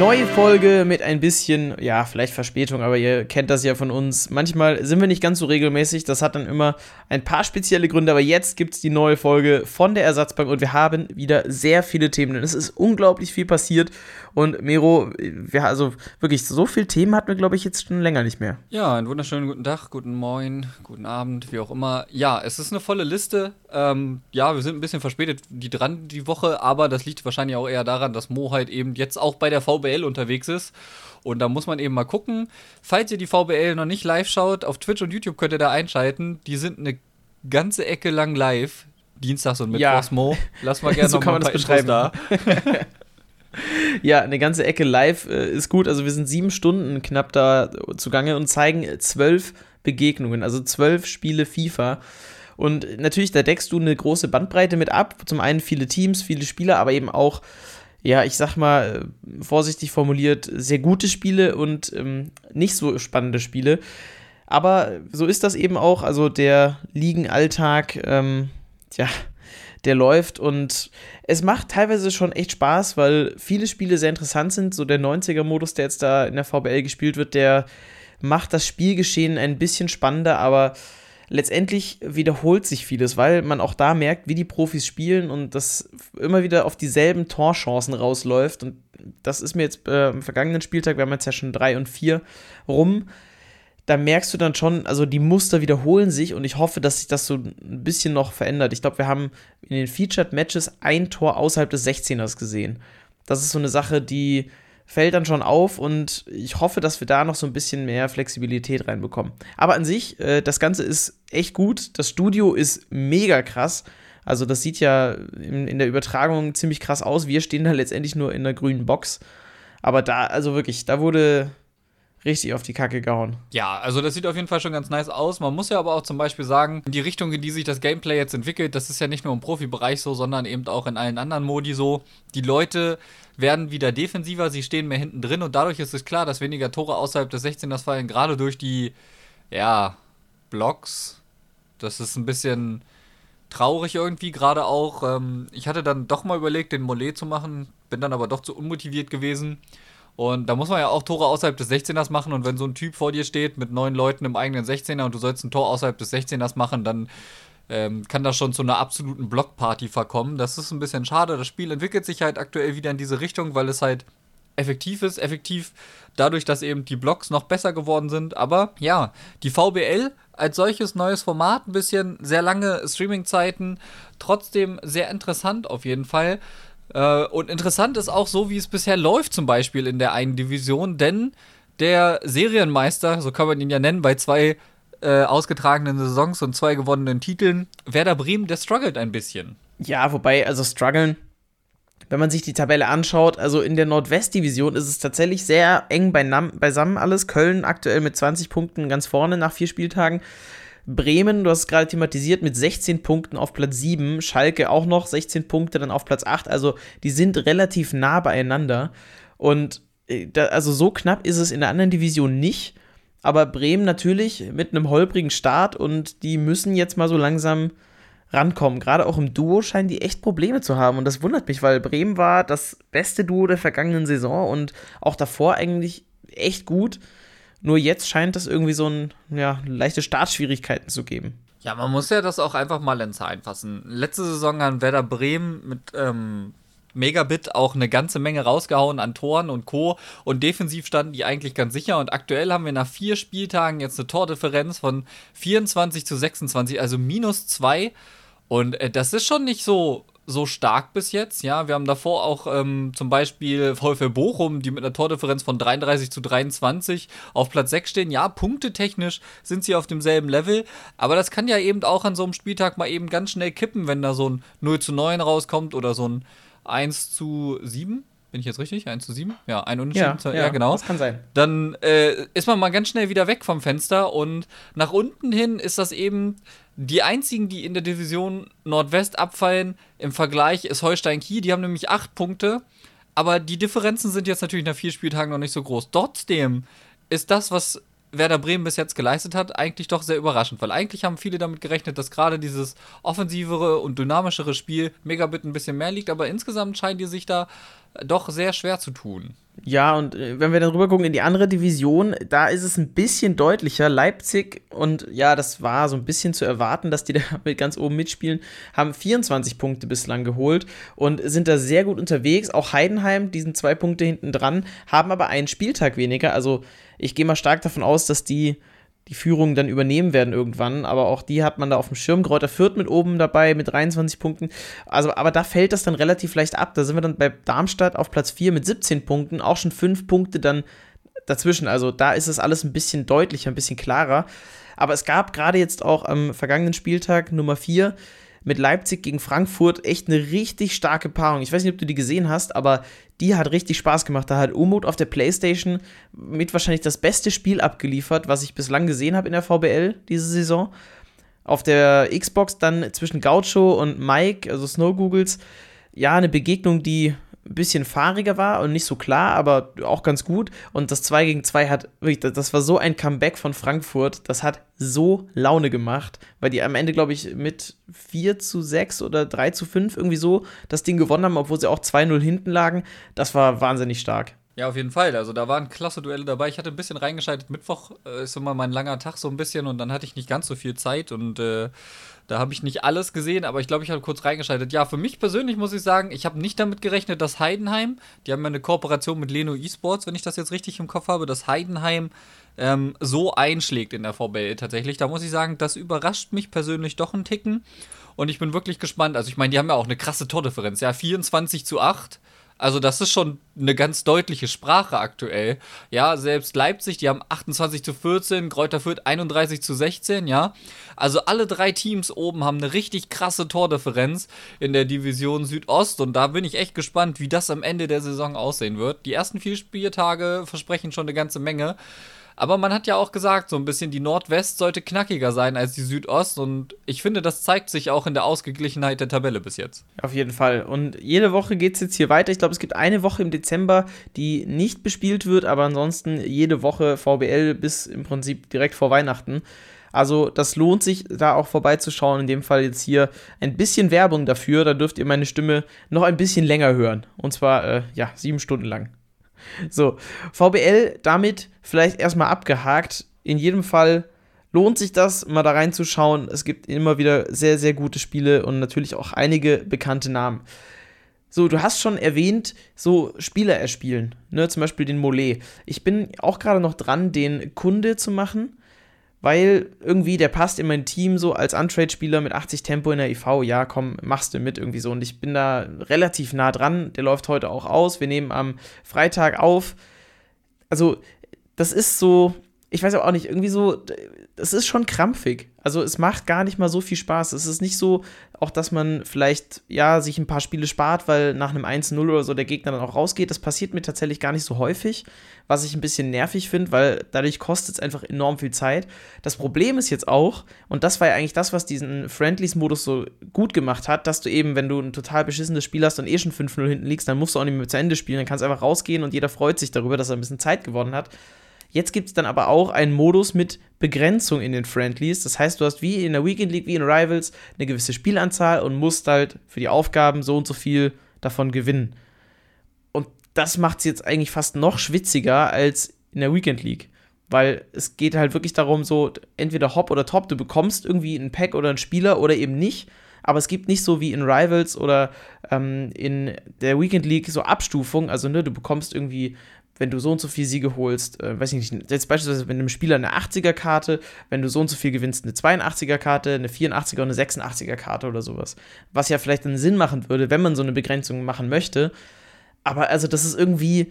Neue Folge mit ein bisschen, ja, vielleicht Verspätung, aber ihr kennt das ja von uns. Manchmal sind wir nicht ganz so regelmäßig, das hat dann immer ein paar spezielle Gründe, aber jetzt gibt es die neue Folge von der Ersatzbank und wir haben wieder sehr viele Themen, denn es ist unglaublich viel passiert und Mero, also wirklich, so viele Themen hatten wir, glaube ich, jetzt schon länger nicht mehr. Ja, einen wunderschönen guten Tag, guten Moin, guten Abend, wie auch immer. Ja, es ist eine volle Liste. Ja, wir sind ein bisschen verspätet die Woche, aber das liegt wahrscheinlich auch eher daran, dass Mo halt eben jetzt auch bei der VBL unterwegs ist. Und da muss man eben mal gucken. Falls ihr die VBL noch nicht live schaut, auf Twitch und YouTube könnt ihr da einschalten. Die sind eine ganze Ecke lang live. Dienstags und Mittwochs, ja. Mo. Lass mal gerne so noch mal ein paar Infos da. Ja, eine ganze Ecke live ist gut. Also wir sind 7 Stunden knapp da zugange und zeigen 12 Begegnungen, also 12 Spiele FIFA. Und natürlich, da deckst du eine große Bandbreite mit ab. Zum einen viele Teams, viele Spieler, aber eben auch, ja, ich sag mal, vorsichtig formuliert, sehr gute Spiele und nicht so spannende Spiele. Aber so ist das eben auch. Also der Ligenalltag, der läuft und es macht teilweise schon echt Spaß, weil viele Spiele sehr interessant sind. So der 90er-Modus, der jetzt da in der VBL gespielt wird, der macht das Spielgeschehen ein bisschen spannender, aber letztendlich wiederholt sich vieles, weil man auch da merkt, wie die Profis spielen und das immer wieder auf dieselben Torchancen rausläuft. Und das ist mir jetzt am vergangenen Spieltag, wir haben jetzt ja schon 3 und 4 rum, da merkst du dann schon, also die Muster wiederholen sich und ich hoffe, dass sich das so ein bisschen noch verändert. Ich glaube, wir haben in den Featured Matches ein Tor außerhalb des 16ers gesehen. Das ist so eine Sache, die fällt dann schon auf und ich hoffe, dass wir da noch so ein bisschen mehr Flexibilität reinbekommen. Aber an sich, das Ganze ist echt gut. Das Studio ist mega krass. Also das sieht ja in der Übertragung ziemlich krass aus. Wir stehen da letztendlich nur in der grünen Box. Aber da, also wirklich, da wurde richtig auf die Kacke gehauen. Ja, also das sieht auf jeden Fall schon ganz nice aus. Man muss ja aber auch zum Beispiel sagen, die Richtung, in die sich das Gameplay jetzt entwickelt, das ist ja nicht nur im Profibereich so, sondern eben auch in allen anderen Modi so. Die Leute werden wieder defensiver, sie stehen mehr hinten drin und dadurch ist es klar, dass weniger Tore außerhalb des 16ers fallen, gerade durch die, ja, Blocks. Das ist ein bisschen traurig irgendwie, gerade auch. Ich hatte dann doch mal überlegt, den Mollet zu machen, bin dann aber doch zu unmotiviert gewesen. Und da muss man ja auch Tore außerhalb des 16ers machen und wenn so ein Typ vor dir steht mit 9 Leuten im eigenen 16er und du sollst ein Tor außerhalb des 16ers machen, dann kann das schon zu einer absoluten Blockparty verkommen. Das ist ein bisschen schade. Das Spiel entwickelt sich halt aktuell wieder in diese Richtung, weil es halt effektiv ist. Effektiv dadurch, dass eben die Blocks noch besser geworden sind. Aber ja, die VBL als solches neues Format, ein bisschen sehr lange Streaming-Zeiten, trotzdem sehr interessant auf jeden Fall. Und interessant ist auch so, wie es bisher läuft, zum Beispiel in der einen Division, denn der Serienmeister, so kann man ihn ja nennen, bei 2 ausgetragenen Saisons und 2 gewonnenen Titeln, Werder Bremen, der struggelt ein bisschen. Ja, wobei, also strugglen, wenn man sich die Tabelle anschaut, also in der Nordwestdivision ist es tatsächlich sehr eng beisammen alles. Köln aktuell mit 20 Punkten ganz vorne nach 4 Spieltagen. Bremen, du hast es gerade thematisiert, mit 16 Punkten auf Platz 7. Schalke auch noch 16 Punkte, dann auf Platz 8. Also die sind relativ nah beieinander. Und also so knapp ist es in der anderen Division nicht. Aber Bremen natürlich mit einem holprigen Start und die müssen jetzt mal so langsam rankommen. Gerade auch im Duo scheinen die echt Probleme zu haben. Und das wundert mich, weil Bremen war das beste Duo der vergangenen Saison und auch davor eigentlich echt gut. Nur jetzt scheint es irgendwie so leichte Startschwierigkeiten zu geben. Ja, man muss ja das auch einfach mal in Zahlen fassen. Letzte Saison haben Werder Bremen mit Megabit auch eine ganze Menge rausgehauen an Toren und Co. Und defensiv standen die eigentlich ganz sicher. Und aktuell haben wir nach 4 Spieltagen jetzt eine Tordifferenz von 24-26, also -2. Und das ist schon nicht so stark bis jetzt, ja. Wir haben davor auch zum Beispiel VfL Bochum, die mit einer Tordifferenz von 33-23 auf Platz 6 stehen. Ja, punktetechnisch sind sie auf demselben Level, aber das kann ja eben auch an so einem Spieltag mal eben ganz schnell kippen, wenn da so ein 0:9 rauskommt oder so ein 1:7. Bin ich jetzt richtig? 1:7? Ja, ein Unentschieden. Ja, genau. Das kann sein. Dann ist man mal ganz schnell wieder weg vom Fenster und nach unten hin ist das eben die einzigen, die in der Division Nordwest abfallen. Im Vergleich ist Holstein Kiel, die haben nämlich 8 Punkte, aber die Differenzen sind jetzt natürlich nach 4 Spieltagen noch nicht so groß. Trotzdem ist das, was Werder Bremen bis jetzt geleistet hat, eigentlich doch sehr überraschend, weil eigentlich haben viele damit gerechnet, dass gerade dieses offensivere und dynamischere Spiel Megabit ein bisschen mehr liegt, aber insgesamt scheinen die sich da doch sehr schwer zu tun. Ja, und wenn wir dann rüber gucken in die andere Division, da ist es ein bisschen deutlicher. Leipzig, und ja, das war so ein bisschen zu erwarten, dass die da mit ganz oben mitspielen, haben 24 Punkte bislang geholt und sind da sehr gut unterwegs. Auch Heidenheim, die sind 2 Punkte hinten dran, haben aber einen Spieltag weniger. Also ich gehe mal stark davon aus, dass die Führung dann übernehmen werden irgendwann, aber auch die hat man da auf dem Schirm. Greuther Fürth mit oben dabei mit 23 Punkten, also aber da fällt das dann relativ leicht ab. Da sind wir dann bei Darmstadt auf Platz 4 mit 17 Punkten, auch schon 5 Punkte dann dazwischen, also da ist es alles ein bisschen deutlicher, ein bisschen klarer, aber es gab gerade jetzt auch am vergangenen Spieltag Nummer 4 mit Leipzig gegen Frankfurt echt eine richtig starke Paarung. Ich weiß nicht, ob du die gesehen hast, aber die hat richtig Spaß gemacht. Da hat Umut auf der PlayStation mit wahrscheinlich das beste Spiel abgeliefert, was ich bislang gesehen habe in der VBL diese Saison. Auf der Xbox dann zwischen Gaucho und Mike, also Snow Googles, ja, eine Begegnung, die ein bisschen fahriger war und nicht so klar, aber auch ganz gut. Und das 2 gegen 2 hat wirklich, das war so ein Comeback von Frankfurt, das hat so Laune gemacht, weil die am Ende, glaube ich, mit 4:6 oder 3:5 irgendwie so das Ding gewonnen haben, obwohl sie auch 2:0 hinten lagen. Das war wahnsinnig stark. Ja, auf jeden Fall. Also da waren klasse Duelle dabei. Ich hatte ein bisschen reingeschaltet. Mittwoch ist immer mein langer Tag so ein bisschen und dann hatte ich nicht ganz so viel Zeit und da habe ich nicht alles gesehen, aber ich glaube, ich habe kurz reingeschaltet. Ja, für mich persönlich muss ich sagen, ich habe nicht damit gerechnet, dass Heidenheim, die haben ja eine Kooperation mit Leno eSports, wenn ich das jetzt richtig im Kopf habe, dass Heidenheim so einschlägt in der VBL tatsächlich. Da muss ich sagen, das überrascht mich persönlich doch einen Ticken und ich bin wirklich gespannt. Also ich meine, die haben ja auch eine krasse Tordifferenz, ja, 24:8. Also das ist schon eine ganz deutliche Sprache aktuell. Ja, selbst Leipzig, die haben 28:14, Greuther Fürth 31:16, ja. Also alle 3 Teams oben haben eine richtig krasse Tordifferenz in der Division Südost und da bin ich echt gespannt, wie das am Ende der Saison aussehen wird. Die ersten 4 Spieltage versprechen schon eine ganze Menge. Aber man hat ja auch gesagt, so ein bisschen die Nordwest sollte knackiger sein als die Südost und ich finde, das zeigt sich auch in der Ausgeglichenheit der Tabelle bis jetzt. Auf jeden Fall. Und jede Woche geht es jetzt hier weiter. Ich glaube, es gibt eine Woche im Dezember, die nicht bespielt wird, aber ansonsten jede Woche VBL bis im Prinzip direkt vor Weihnachten. Also das lohnt sich, da auch vorbeizuschauen. In dem Fall jetzt hier ein bisschen Werbung dafür. Da dürft ihr meine Stimme noch ein bisschen länger hören. Und zwar, 7 Stunden lang. So, VBL damit vielleicht erstmal abgehakt. In jedem Fall lohnt sich das, mal da reinzuschauen. Es gibt immer wieder sehr, sehr gute Spiele und natürlich auch einige bekannte Namen. So, du hast schon erwähnt, so Spieler erspielen, ne, zum Beispiel den Mollet. Ich bin auch gerade noch dran, den Kunde zu machen, weil irgendwie der passt in mein Team so als Untrade-Spieler mit 80 Tempo in der IV. Ja, komm, machst du mit irgendwie so. Und ich bin da relativ nah dran. Der läuft heute auch aus. Wir nehmen am Freitag auf. Also, das ist so, ich weiß auch nicht, irgendwie so, das ist schon krampfig. Also, es macht gar nicht mal so viel Spaß. Es ist nicht so, auch dass man vielleicht, ja, sich ein paar Spiele spart, weil nach einem 1:0 oder so der Gegner dann auch rausgeht. Das passiert mir tatsächlich gar nicht so häufig, was ich ein bisschen nervig finde, weil dadurch kostet es einfach enorm viel Zeit. Das Problem ist jetzt auch, und das war ja eigentlich das, was diesen Friendlies-Modus so gut gemacht hat, dass du eben, wenn du ein total beschissenes Spiel hast und eh schon 5:0 hinten liegst, dann musst du auch nicht mehr zu Ende spielen, dann kannst du einfach rausgehen und jeder freut sich darüber, dass er ein bisschen Zeit gewonnen hat. Jetzt gibt es dann aber auch einen Modus mit Begrenzung in den Friendlies. Das heißt, du hast wie in der Weekend League, wie in Rivals, eine gewisse Spielanzahl und musst halt für die Aufgaben so und so viel davon gewinnen. Und das macht es jetzt eigentlich fast noch schwitziger als in der Weekend League. Weil es geht halt wirklich darum, so entweder Hop oder Top, du bekommst irgendwie einen Pack oder einen Spieler oder eben nicht. Aber es gibt nicht so wie in Rivals oder in der Weekend League so Abstufungen. Also ne, du bekommst irgendwie, wenn du so und so viel Siege holst, weiß ich nicht, jetzt beispielsweise mit einem Spieler eine 80er-Karte, wenn du so und so viel gewinnst, eine 82er-Karte, eine 84er und eine 86er-Karte oder sowas. Was ja vielleicht einen Sinn machen würde, wenn man so eine Begrenzung machen möchte. Aber also das ist irgendwie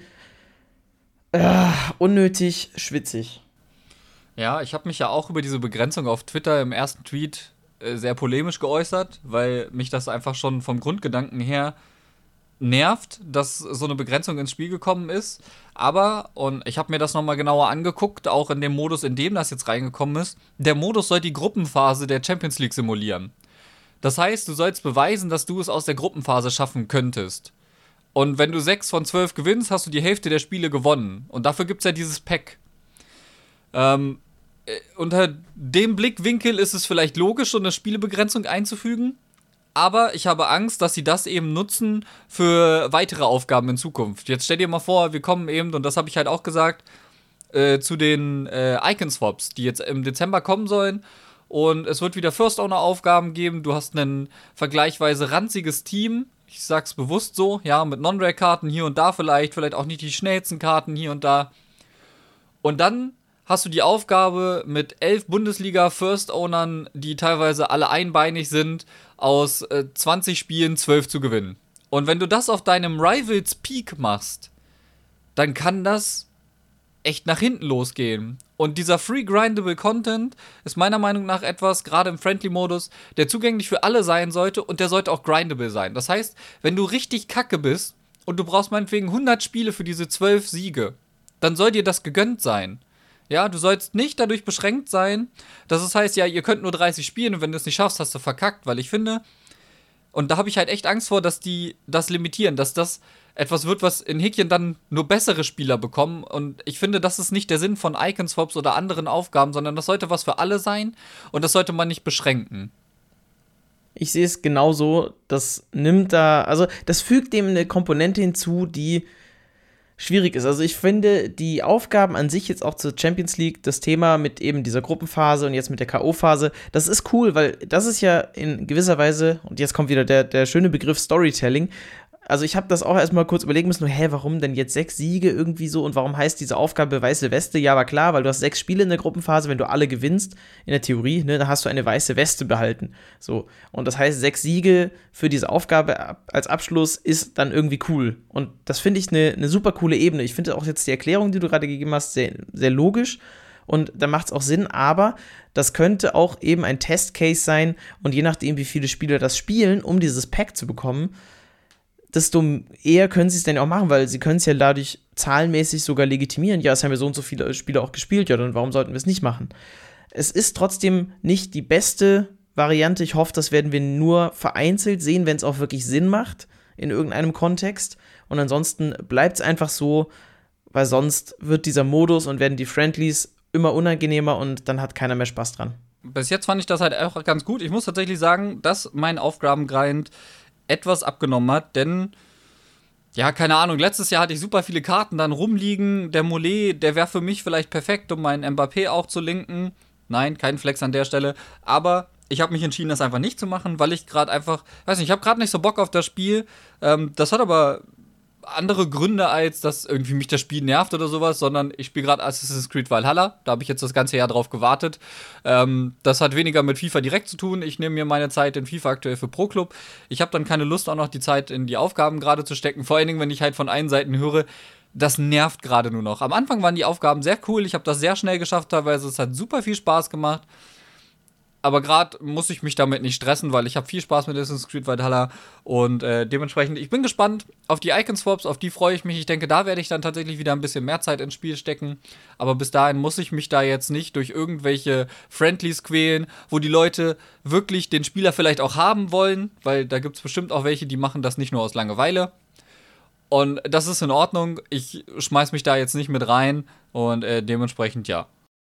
unnötig schwitzig. Ja, ich habe mich ja auch über diese Begrenzung auf Twitter im ersten Tweet sehr polemisch geäußert, weil mich das einfach schon vom Grundgedanken her nervt, dass so eine Begrenzung ins Spiel gekommen ist. Aber, und ich habe mir das nochmal genauer angeguckt, auch in dem Modus, in dem das jetzt reingekommen ist, der Modus soll die Gruppenphase der Champions League simulieren. Das heißt, du sollst beweisen, dass du es aus der Gruppenphase schaffen könntest. Und wenn du 6 von 12 gewinnst, hast du die Hälfte der Spiele gewonnen. Und dafür gibt es ja dieses Pack. Unter dem Blickwinkel ist es vielleicht logisch, so eine Spielebegrenzung einzufügen. Aber ich habe Angst, dass sie das eben nutzen für weitere Aufgaben in Zukunft. Jetzt stell dir mal vor, wir kommen eben, und das habe ich halt auch gesagt, zu den Icon-Swaps, die jetzt im Dezember kommen sollen. Und es wird wieder First-Owner-Aufgaben geben. Du hast ein vergleichsweise ranziges Team. Ich sag's bewusst so, ja, mit Non-Rare-Karten hier und da vielleicht auch nicht die schnellsten Karten hier und da. Und dann hast du die Aufgabe, mit 11 Bundesliga-First-Ownern, die teilweise alle einbeinig sind, aus 20 Spielen 12 zu gewinnen. Und wenn du das auf deinem Rivals Peak machst, dann kann das echt nach hinten losgehen. Und dieser Free Grindable Content ist meiner Meinung nach etwas, gerade im Friendly-Modus, der zugänglich für alle sein sollte und der sollte auch grindable sein. Das heißt, wenn du richtig kacke bist und du brauchst meinetwegen 100 Spiele für diese 12 Siege, dann soll dir das gegönnt sein. Ja, du sollst nicht dadurch beschränkt sein, dass es heißt, ja, ihr könnt nur 30 spielen und wenn du es nicht schaffst, hast du verkackt, weil ich finde, und da habe ich halt echt Angst vor, dass die das limitieren, dass das etwas wird, was in Häkchen dann nur bessere Spieler bekommen. Und ich finde, das ist nicht der Sinn von Icon-Swaps oder anderen Aufgaben, sondern das sollte was für alle sein und das sollte man nicht beschränken. Ich sehe es genauso, das fügt dem eine Komponente hinzu, die schwierig ist. Also ich finde, die Aufgaben an sich jetzt auch zur Champions League, das Thema mit eben dieser Gruppenphase und jetzt mit der K.O.-Phase, das ist cool, weil das ist ja in gewisser Weise, und jetzt kommt wieder der schöne Begriff Storytelling. Also ich habe das auch erstmal kurz überlegen müssen, warum denn jetzt 6 Siege irgendwie so und warum heißt diese Aufgabe weiße Weste? Ja, war klar, weil du hast 6 Spiele in der Gruppenphase, wenn du alle gewinnst, in der Theorie, ne, dann hast du eine weiße Weste behalten. So, und das heißt, 6 Siege für diese Aufgabe als Abschluss ist dann irgendwie cool. Und das finde ich eine super coole Ebene. Ich finde auch jetzt die Erklärung, die du gerade gegeben hast, sehr, sehr logisch. Und da macht es auch Sinn, aber das könnte auch eben ein Testcase sein und je nachdem, wie viele Spieler das spielen, um dieses Pack zu bekommen, desto eher können sie es dann auch machen, weil sie können es ja dadurch zahlenmäßig sogar legitimieren. Ja, es haben ja so und so viele Spieler auch gespielt, ja, dann warum sollten wir es nicht machen? Es ist trotzdem nicht die beste Variante. Ich hoffe, das werden wir nur vereinzelt sehen, wenn es auch wirklich Sinn macht in irgendeinem Kontext. Und ansonsten bleibt es einfach so, weil sonst wird dieser Modus und werden die Friendlies immer unangenehmer und dann hat keiner mehr Spaß dran. Bis jetzt fand ich das halt auch ganz gut. Ich muss tatsächlich sagen, dass mein Aufgabengrind etwas abgenommen hat, denn, ja, keine Ahnung, letztes Jahr hatte ich super viele Karten dann rumliegen. Der Mollet, der wäre für mich vielleicht perfekt, um meinen Mbappé auch zu linken. Nein, kein Flex an der Stelle. Aber ich habe mich entschieden, das einfach nicht zu machen, weil ich gerade einfach, weiß nicht, ich habe gerade nicht so Bock auf das Spiel. Das hat aber andere Gründe, als dass irgendwie mich das Spiel nervt oder sowas, sondern ich spiele gerade Assassin's Creed Valhalla. Da habe ich jetzt das ganze Jahr drauf gewartet. Das hat weniger mit FIFA direkt zu tun. Ich nehme mir meine Zeit in FIFA aktuell für Pro Club. Ich habe dann keine Lust, auch noch die Zeit in die Aufgaben gerade zu stecken. Vor allen Dingen, wenn ich halt von allen Seiten höre, das nervt gerade nur noch. Am Anfang waren die Aufgaben sehr cool. Ich habe das sehr schnell geschafft teilweise. Es hat super viel Spaß gemacht. Aber gerade muss ich mich damit nicht stressen, weil ich habe viel Spaß mit Assassin's Creed Valhalla und dementsprechend, ich bin gespannt auf die Icon-Swaps, auf die freue ich mich. Ich denke, da werde ich dann tatsächlich wieder ein bisschen mehr Zeit ins Spiel stecken. Aber bis dahin muss ich mich da jetzt nicht durch irgendwelche Friendlies quälen, wo die Leute wirklich den Spieler vielleicht auch haben wollen, weil da gibt es bestimmt auch welche, die machen das nicht nur aus Langeweile. Und das ist in Ordnung. Ich schmeiß mich da jetzt nicht mit rein und dementsprechend ja.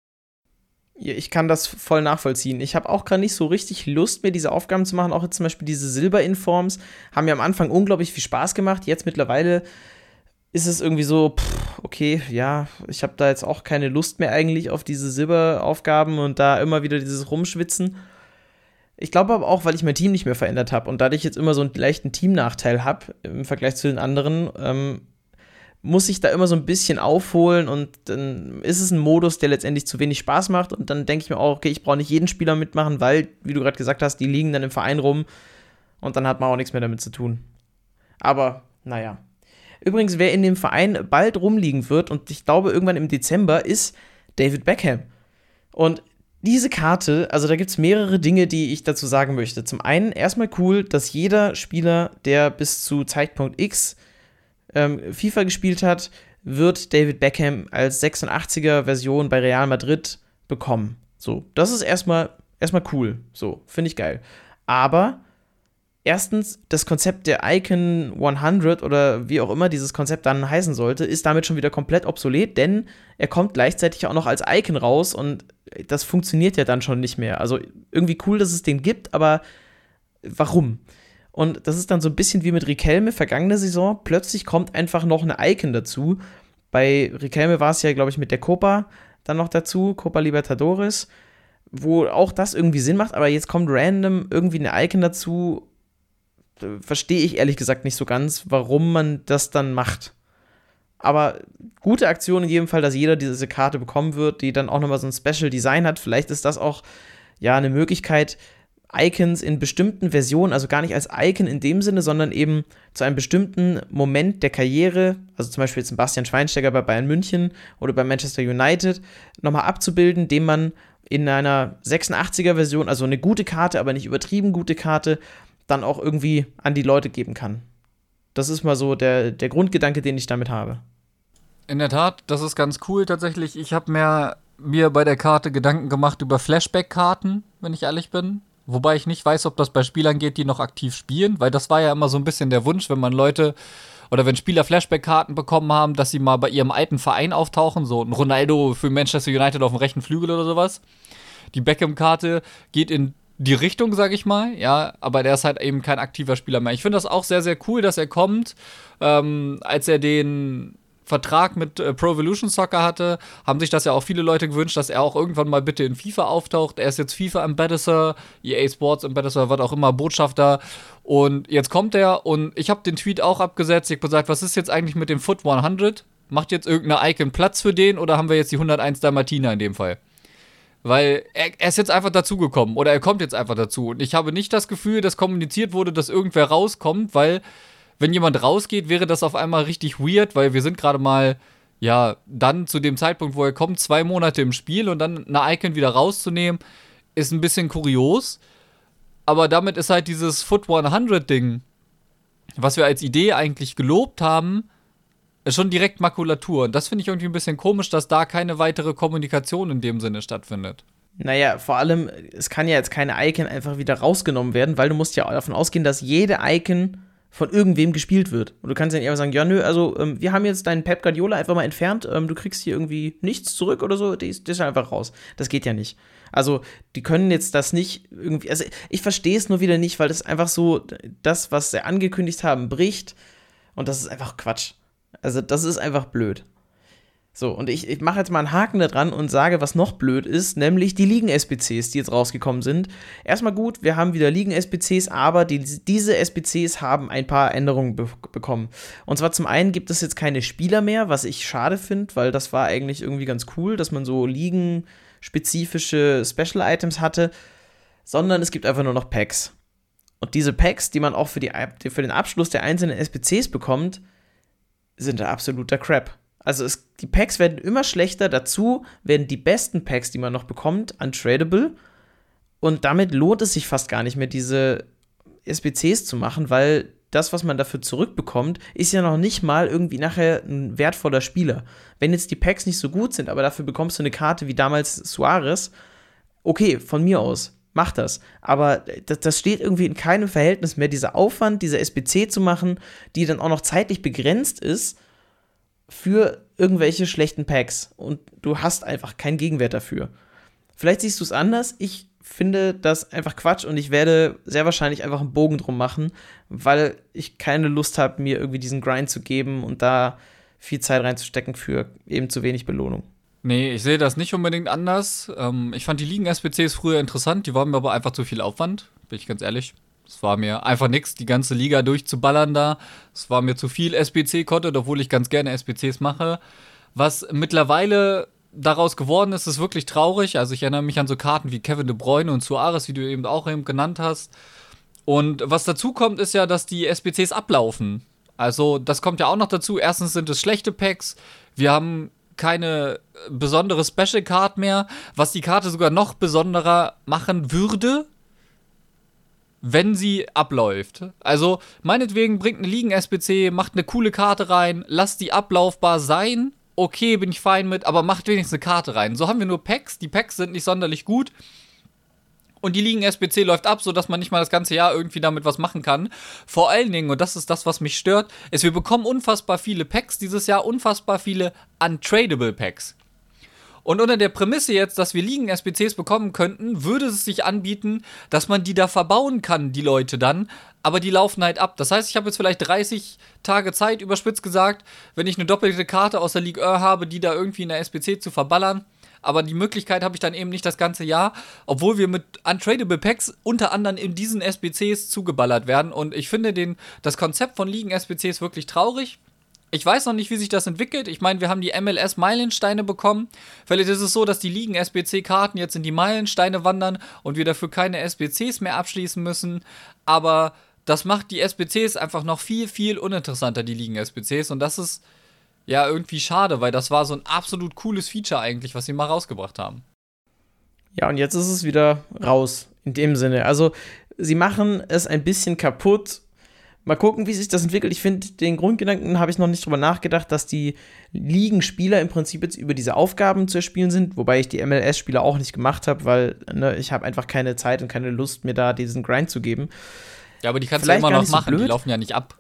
Ich kann das voll nachvollziehen. Ich habe auch gerade nicht so richtig Lust, mir diese Aufgaben zu machen. Auch jetzt zum Beispiel diese Silber-Informs haben mir am Anfang unglaublich viel Spaß gemacht. Jetzt mittlerweile ist es irgendwie so, okay, ja, ich habe da jetzt auch keine Lust mehr eigentlich auf diese Silberaufgaben und da immer wieder dieses Rumschwitzen. Ich glaube aber auch, weil ich mein Team nicht mehr verändert habe und dadurch jetzt immer so einen leichten Teamnachteil habe im Vergleich zu den anderen, muss ich da immer so ein bisschen aufholen und dann ist es ein Modus, der letztendlich zu wenig Spaß macht und dann denke ich mir auch, okay, ich brauche nicht jeden Spieler mitmachen, weil, wie du gerade gesagt hast, die liegen dann im Verein rum und dann hat man auch nichts mehr damit zu tun. Aber, naja. Übrigens, wer in dem Verein bald rumliegen wird und ich glaube irgendwann im Dezember, ist David Beckham. Und diese Karte, also da gibt es mehrere Dinge, die ich dazu sagen möchte. Zum einen erstmal cool, dass jeder Spieler, der bis zu Zeitpunkt X FIFA gespielt hat, wird David Beckham als 86er-Version bei Real Madrid bekommen. So, das ist erstmal cool. So, finde ich geil. Aber erstens, das Konzept der Icon 100 oder wie auch immer dieses Konzept dann heißen sollte, ist damit schon wieder komplett obsolet, denn er kommt gleichzeitig auch noch als Icon raus und das funktioniert ja dann schon nicht mehr. Also irgendwie cool, dass es den gibt, aber warum? Und das ist dann so ein bisschen wie mit Riquelme vergangene Saison. Plötzlich kommt einfach noch eine Icon dazu. Bei Riquelme war es ja, glaube ich, mit der Copa dann noch dazu, Copa Libertadores, wo auch das irgendwie Sinn macht, aber jetzt kommt random irgendwie eine Icon dazu. Verstehe ich ehrlich gesagt nicht so ganz, warum man das dann macht. Aber gute Aktion in jedem Fall, dass jeder diese Karte bekommen wird, die dann auch nochmal so ein Special Design hat. Vielleicht ist das auch ja eine Möglichkeit, Icons in bestimmten Versionen, also gar nicht als Icon in dem Sinne, sondern eben zu einem bestimmten Moment der Karriere, also zum Beispiel jetzt ein Bastian Schweinsteiger bei Bayern München oder bei Manchester United, nochmal abzubilden, dem man in einer 86er-Version, also eine gute Karte, aber nicht übertrieben gute Karte, dann auch irgendwie an die Leute geben kann. Das ist mal so der Grundgedanke, den ich damit habe. In der Tat, das ist ganz cool tatsächlich. Ich habe mir bei der Karte Gedanken gemacht über Flashback-Karten, wenn ich ehrlich bin. Wobei ich nicht weiß, ob das bei Spielern geht, die noch aktiv spielen, weil das war ja immer so ein bisschen der Wunsch, wenn man Leute oder wenn Spieler Flashback-Karten bekommen haben, dass sie mal bei ihrem alten Verein auftauchen, so ein Ronaldo für Manchester United auf dem rechten Flügel oder sowas. Die Beckham-Karte geht in die Richtung, sag ich mal, ja, aber der ist halt eben kein aktiver Spieler mehr. Ich finde das auch sehr, sehr cool, dass er kommt. Als er den Vertrag mit Pro Evolution Soccer hatte, haben sich das ja auch viele Leute gewünscht, dass er auch irgendwann mal bitte in FIFA auftaucht. Er ist jetzt FIFA-Ambassador, EA Sports Ambassador, was auch immer, Botschafter. Und jetzt kommt er und ich habe den Tweet auch abgesetzt. Ich habe gesagt, was ist jetzt eigentlich mit dem Foot 100? Macht jetzt irgendeine Icon Platz für den oder haben wir jetzt die 101 Dalmatiner in dem Fall? Weil er ist jetzt einfach dazugekommen oder er kommt jetzt einfach dazu. Und ich habe nicht das Gefühl, dass kommuniziert wurde, dass irgendwer rauskommt, weil wenn jemand rausgeht, wäre das auf einmal richtig weird, weil wir sind gerade mal, ja, dann zu dem Zeitpunkt, wo er kommt, 2 Monate im Spiel und dann eine Icon wieder rauszunehmen, ist ein bisschen kurios. Aber damit ist halt dieses Foot 100-Ding, was wir als Idee eigentlich gelobt haben, schon direkt Makulatur. Und das finde ich irgendwie ein bisschen komisch, dass da keine weitere Kommunikation in dem Sinne stattfindet. Naja, vor allem, es kann ja jetzt keine Icon einfach wieder rausgenommen werden, weil du musst ja davon ausgehen, dass jede Icon von irgendwem gespielt wird. Und du kannst ja nicht einfach sagen, ja, nö, also wir haben jetzt deinen Pep Guardiola einfach mal entfernt, du kriegst hier irgendwie nichts zurück oder so, das ist einfach raus. Das geht ja nicht. Also, die können jetzt das nicht irgendwie, also ich verstehe es nur wieder nicht, weil das einfach so, das, was sie angekündigt haben, bricht und das ist einfach Quatsch. Also, das ist einfach blöd. So, und ich mache jetzt mal einen Haken da dran und sage, was noch blöd ist, nämlich die Ligen-SBCs, die jetzt rausgekommen sind. Erstmal gut, wir haben wieder Ligen-SBCs, aber diese SBCs haben ein paar Änderungen bekommen. Und zwar zum einen gibt es jetzt keine Spieler mehr, was ich schade finde, weil das war eigentlich irgendwie ganz cool, dass man so ligenspezifische Special-Items hatte, sondern es gibt einfach nur noch Packs. Und diese Packs, die man auch für den Abschluss der einzelnen SBCs bekommt, sind da absoluter Crap. Also die Packs werden immer schlechter, dazu werden die besten Packs, die man noch bekommt, untradable und damit lohnt es sich fast gar nicht mehr, diese SBCs zu machen, weil das, was man dafür zurückbekommt, ist ja noch nicht mal irgendwie nachher ein wertvoller Spieler. Wenn jetzt die Packs nicht so gut sind, aber dafür bekommst du eine Karte wie damals Suarez, okay, von mir aus, mach das. Aber das steht irgendwie in keinem Verhältnis mehr, dieser Aufwand, diese SBC zu machen, die dann auch noch zeitlich begrenzt ist, für irgendwelche schlechten Packs und du hast einfach keinen Gegenwert dafür. Vielleicht siehst du es anders, ich finde das einfach Quatsch und ich werde sehr wahrscheinlich einfach einen Bogen drum machen, weil ich keine Lust habe, mir irgendwie diesen Grind zu geben und da viel Zeit reinzustecken für eben zu wenig Belohnung. Nee, ich sehe das nicht unbedingt anders. Ich fand die Ligen-SBCs früher interessant, die waren mir aber einfach zu viel Aufwand, bin ich ganz ehrlich. Es war mir einfach nix, die ganze Liga durchzuballern da. Es war mir zu viel SBC-Content, obwohl ich ganz gerne SBCs mache. Was mittlerweile daraus geworden ist, ist wirklich traurig. Also ich erinnere mich an so Karten wie Kevin De Bruyne und Suarez, wie du eben auch eben genannt hast. Und was dazu kommt, ist ja, dass die SBCs ablaufen. Also das kommt ja auch noch dazu. Erstens sind es schlechte Packs. Wir haben keine besondere Special Card mehr, was die Karte sogar noch besonderer machen würde, wenn sie abläuft. Also, meinetwegen bringt eine Ligen-SBC, macht eine coole Karte rein, lasst die ablaufbar sein. Okay, bin ich fein mit, aber macht wenigstens eine Karte rein. So haben wir nur Packs. Die Packs sind nicht sonderlich gut. Und die Ligen-SBC läuft ab, sodass man nicht mal das ganze Jahr irgendwie damit was machen kann. Vor allen Dingen, und das ist das, was mich stört, ist, wir bekommen unfassbar viele Packs dieses Jahr, unfassbar viele untradable Packs. Und unter der Prämisse jetzt, dass wir Ligen-SBCs bekommen könnten, würde es sich anbieten, dass man die da verbauen kann, die Leute dann, aber die laufen halt ab. Das heißt, ich habe jetzt vielleicht 30 Tage Zeit, überspitzt gesagt, wenn ich eine doppelte Karte aus der Ligue 1 habe, die da irgendwie in der SBC zu verballern. Aber die Möglichkeit habe ich dann eben nicht das ganze Jahr, obwohl wir mit Untradable Packs unter anderem in diesen SBCs zugeballert werden. Und ich finde das Konzept von Ligen-SBCs wirklich traurig. Ich weiß noch nicht, wie sich das entwickelt. Ich meine, wir haben die MLS-Meilensteine bekommen. Vielleicht ist es so, dass die Ligen-SBC-Karten jetzt in die Meilensteine wandern und wir dafür keine SBCs mehr abschließen müssen. Aber das macht die SBCs einfach noch viel, viel uninteressanter, die Ligen-SBCs. Und das ist ja irgendwie schade, weil das war so ein absolut cooles Feature eigentlich, was sie mal rausgebracht haben. Ja, und jetzt ist es wieder raus, in dem Sinne. Also, sie machen es ein bisschen kaputt. Mal gucken, wie sich das entwickelt. Ich finde, den Grundgedanken habe ich noch nicht drüber nachgedacht, dass die Ligenspieler im Prinzip jetzt über diese Aufgaben zu erspielen sind, wobei ich die MLS-Spieler auch nicht gemacht habe, weil ich habe einfach keine Zeit und keine Lust, mir da diesen Grind zu geben. Ja, aber die kannst du ja immer noch machen, die laufen ja nicht ab.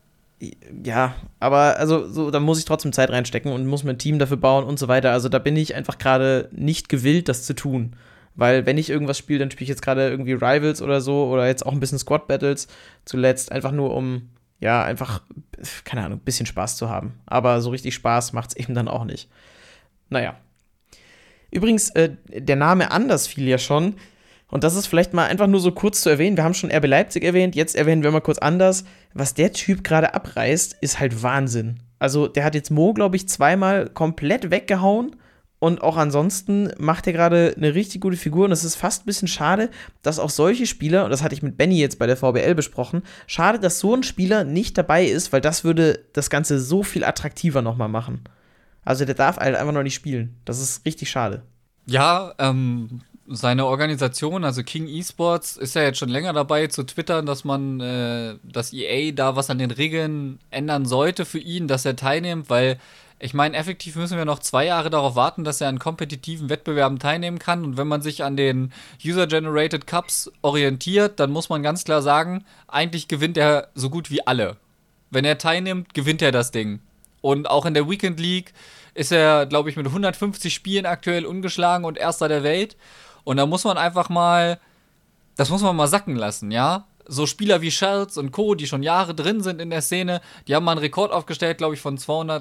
Ja, aber also da muss ich trotzdem Zeit reinstecken und muss mir ein Team dafür bauen und so weiter. Also da bin ich einfach gerade nicht gewillt, das zu tun. Weil wenn ich irgendwas spiele, dann spiele ich jetzt gerade irgendwie Rivals oder so oder jetzt auch ein bisschen Squad Battles zuletzt, einfach nur um, ja, einfach, keine Ahnung, ein bisschen Spaß zu haben. Aber so richtig Spaß macht es eben dann auch nicht. Naja. Übrigens, der Name Anders fiel ja schon. Und das ist vielleicht mal einfach nur so kurz zu erwähnen. Wir haben schon RB Leipzig erwähnt, jetzt erwähnen wir mal kurz Anders. Was der Typ gerade abreißt, ist halt Wahnsinn. Also der hat jetzt Mo, glaube ich, zweimal komplett weggehauen. Und auch ansonsten macht er gerade eine richtig gute Figur. Und es ist fast ein bisschen schade, dass auch solche Spieler, und das hatte ich mit Benny jetzt bei der VBL besprochen, schade, dass so ein Spieler nicht dabei ist, weil das würde das Ganze so viel attraktiver nochmal machen. Also der darf halt einfach noch nicht spielen. Das ist richtig schade. Ja, seine Organisation, also King Esports, ist ja jetzt schon länger dabei zu twittern, dass dass EA da was an den Regeln ändern sollte für ihn, dass er teilnimmt, weil ich meine, effektiv müssen wir noch 2 Jahre darauf warten, dass er an kompetitiven Wettbewerben teilnehmen kann. Und wenn man sich an den User-Generated Cups orientiert, dann muss man ganz klar sagen, eigentlich gewinnt er so gut wie alle. Wenn er teilnimmt, gewinnt er das Ding. Und auch in der Weekend League ist er, glaube ich, mit 150 Spielen aktuell ungeschlagen und Erster der Welt. Und da muss man einfach mal, das muss man mal sacken lassen, ja? So Spieler wie Shells und Co., die schon Jahre drin sind in der Szene, die haben mal einen Rekord aufgestellt, glaube ich, von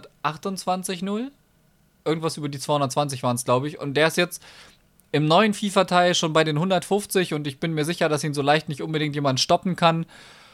228-0. Irgendwas über die 220 waren es, glaube ich. Und der ist jetzt im neuen FIFA-Teil schon bei den 150 und ich bin mir sicher, dass ihn so leicht nicht unbedingt jemand stoppen kann.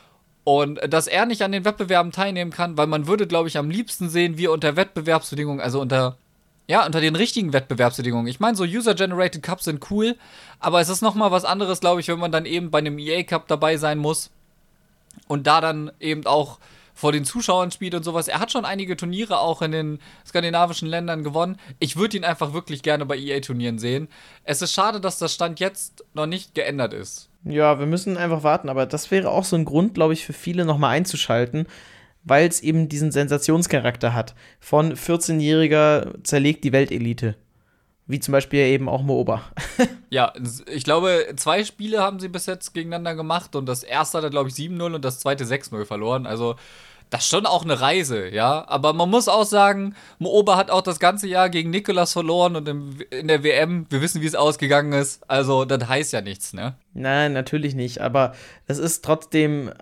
Und dass er nicht an den Wettbewerben teilnehmen kann, weil man würde, glaube ich, am liebsten sehen, wie er unter Wettbewerbsbedingungen, also unter den richtigen Wettbewerbsbedingungen. Ich meine, so User-Generated Cups sind cool, aber es ist nochmal was anderes, glaube ich, wenn man dann eben bei einem EA-Cup dabei sein muss und da dann eben auch vor den Zuschauern spielt und sowas. Er hat schon einige Turniere auch in den skandinavischen Ländern gewonnen. Ich würde ihn einfach wirklich gerne bei EA-Turnieren sehen. Es ist schade, dass das Stand jetzt noch nicht geändert ist. Ja, wir müssen einfach warten, aber das wäre auch so ein Grund, glaube ich, für viele nochmal einzuschalten, weil es eben diesen Sensationscharakter hat. Von 14-Jähriger zerlegt die Weltelite. Wie zum Beispiel eben auch Mooba. Ja, ich glaube, 2 Spiele haben sie bis jetzt gegeneinander gemacht und das erste hat er, glaube ich, 7-0 und das zweite 6-0 verloren. Also, das ist schon auch eine Reise, ja. Aber man muss auch sagen, Mooba hat auch das ganze Jahr gegen Nicolas verloren und in der WM, wir wissen, wie es ausgegangen ist. Also, das heißt ja nichts, ne? Nein, natürlich nicht. Aber es ist trotzdem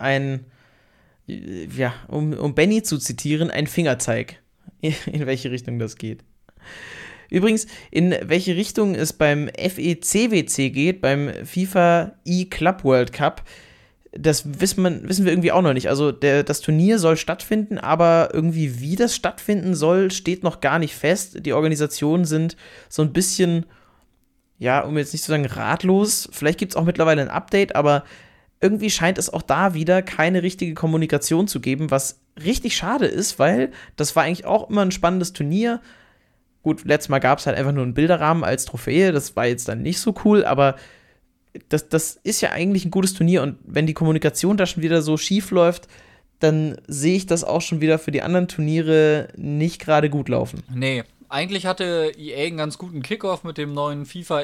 um Benny zu zitieren, ein Fingerzeig, in welche Richtung das geht. Übrigens, in welche Richtung es beim FECWC geht, beim FIFA E-Club World Cup, das wissen wir irgendwie auch noch nicht. Also das Turnier soll stattfinden, aber irgendwie wie das stattfinden soll, steht noch gar nicht fest. Die Organisationen sind so ein bisschen, ja, um jetzt nicht zu sagen ratlos. Vielleicht gibt es auch mittlerweile ein Update, aber irgendwie scheint es auch da wieder keine richtige Kommunikation zu geben, was richtig schade ist, weil das war eigentlich auch immer ein spannendes Turnier. Gut, letztes Mal gab es halt einfach nur einen Bilderrahmen als Trophäe, das war jetzt dann nicht so cool, aber das ist ja eigentlich ein gutes Turnier und wenn die Kommunikation da schon wieder so schief läuft, dann sehe ich das auch schon wieder für die anderen Turniere nicht gerade gut laufen. Nee, eigentlich hatte EA einen ganz guten Kickoff mit dem neuen FIFA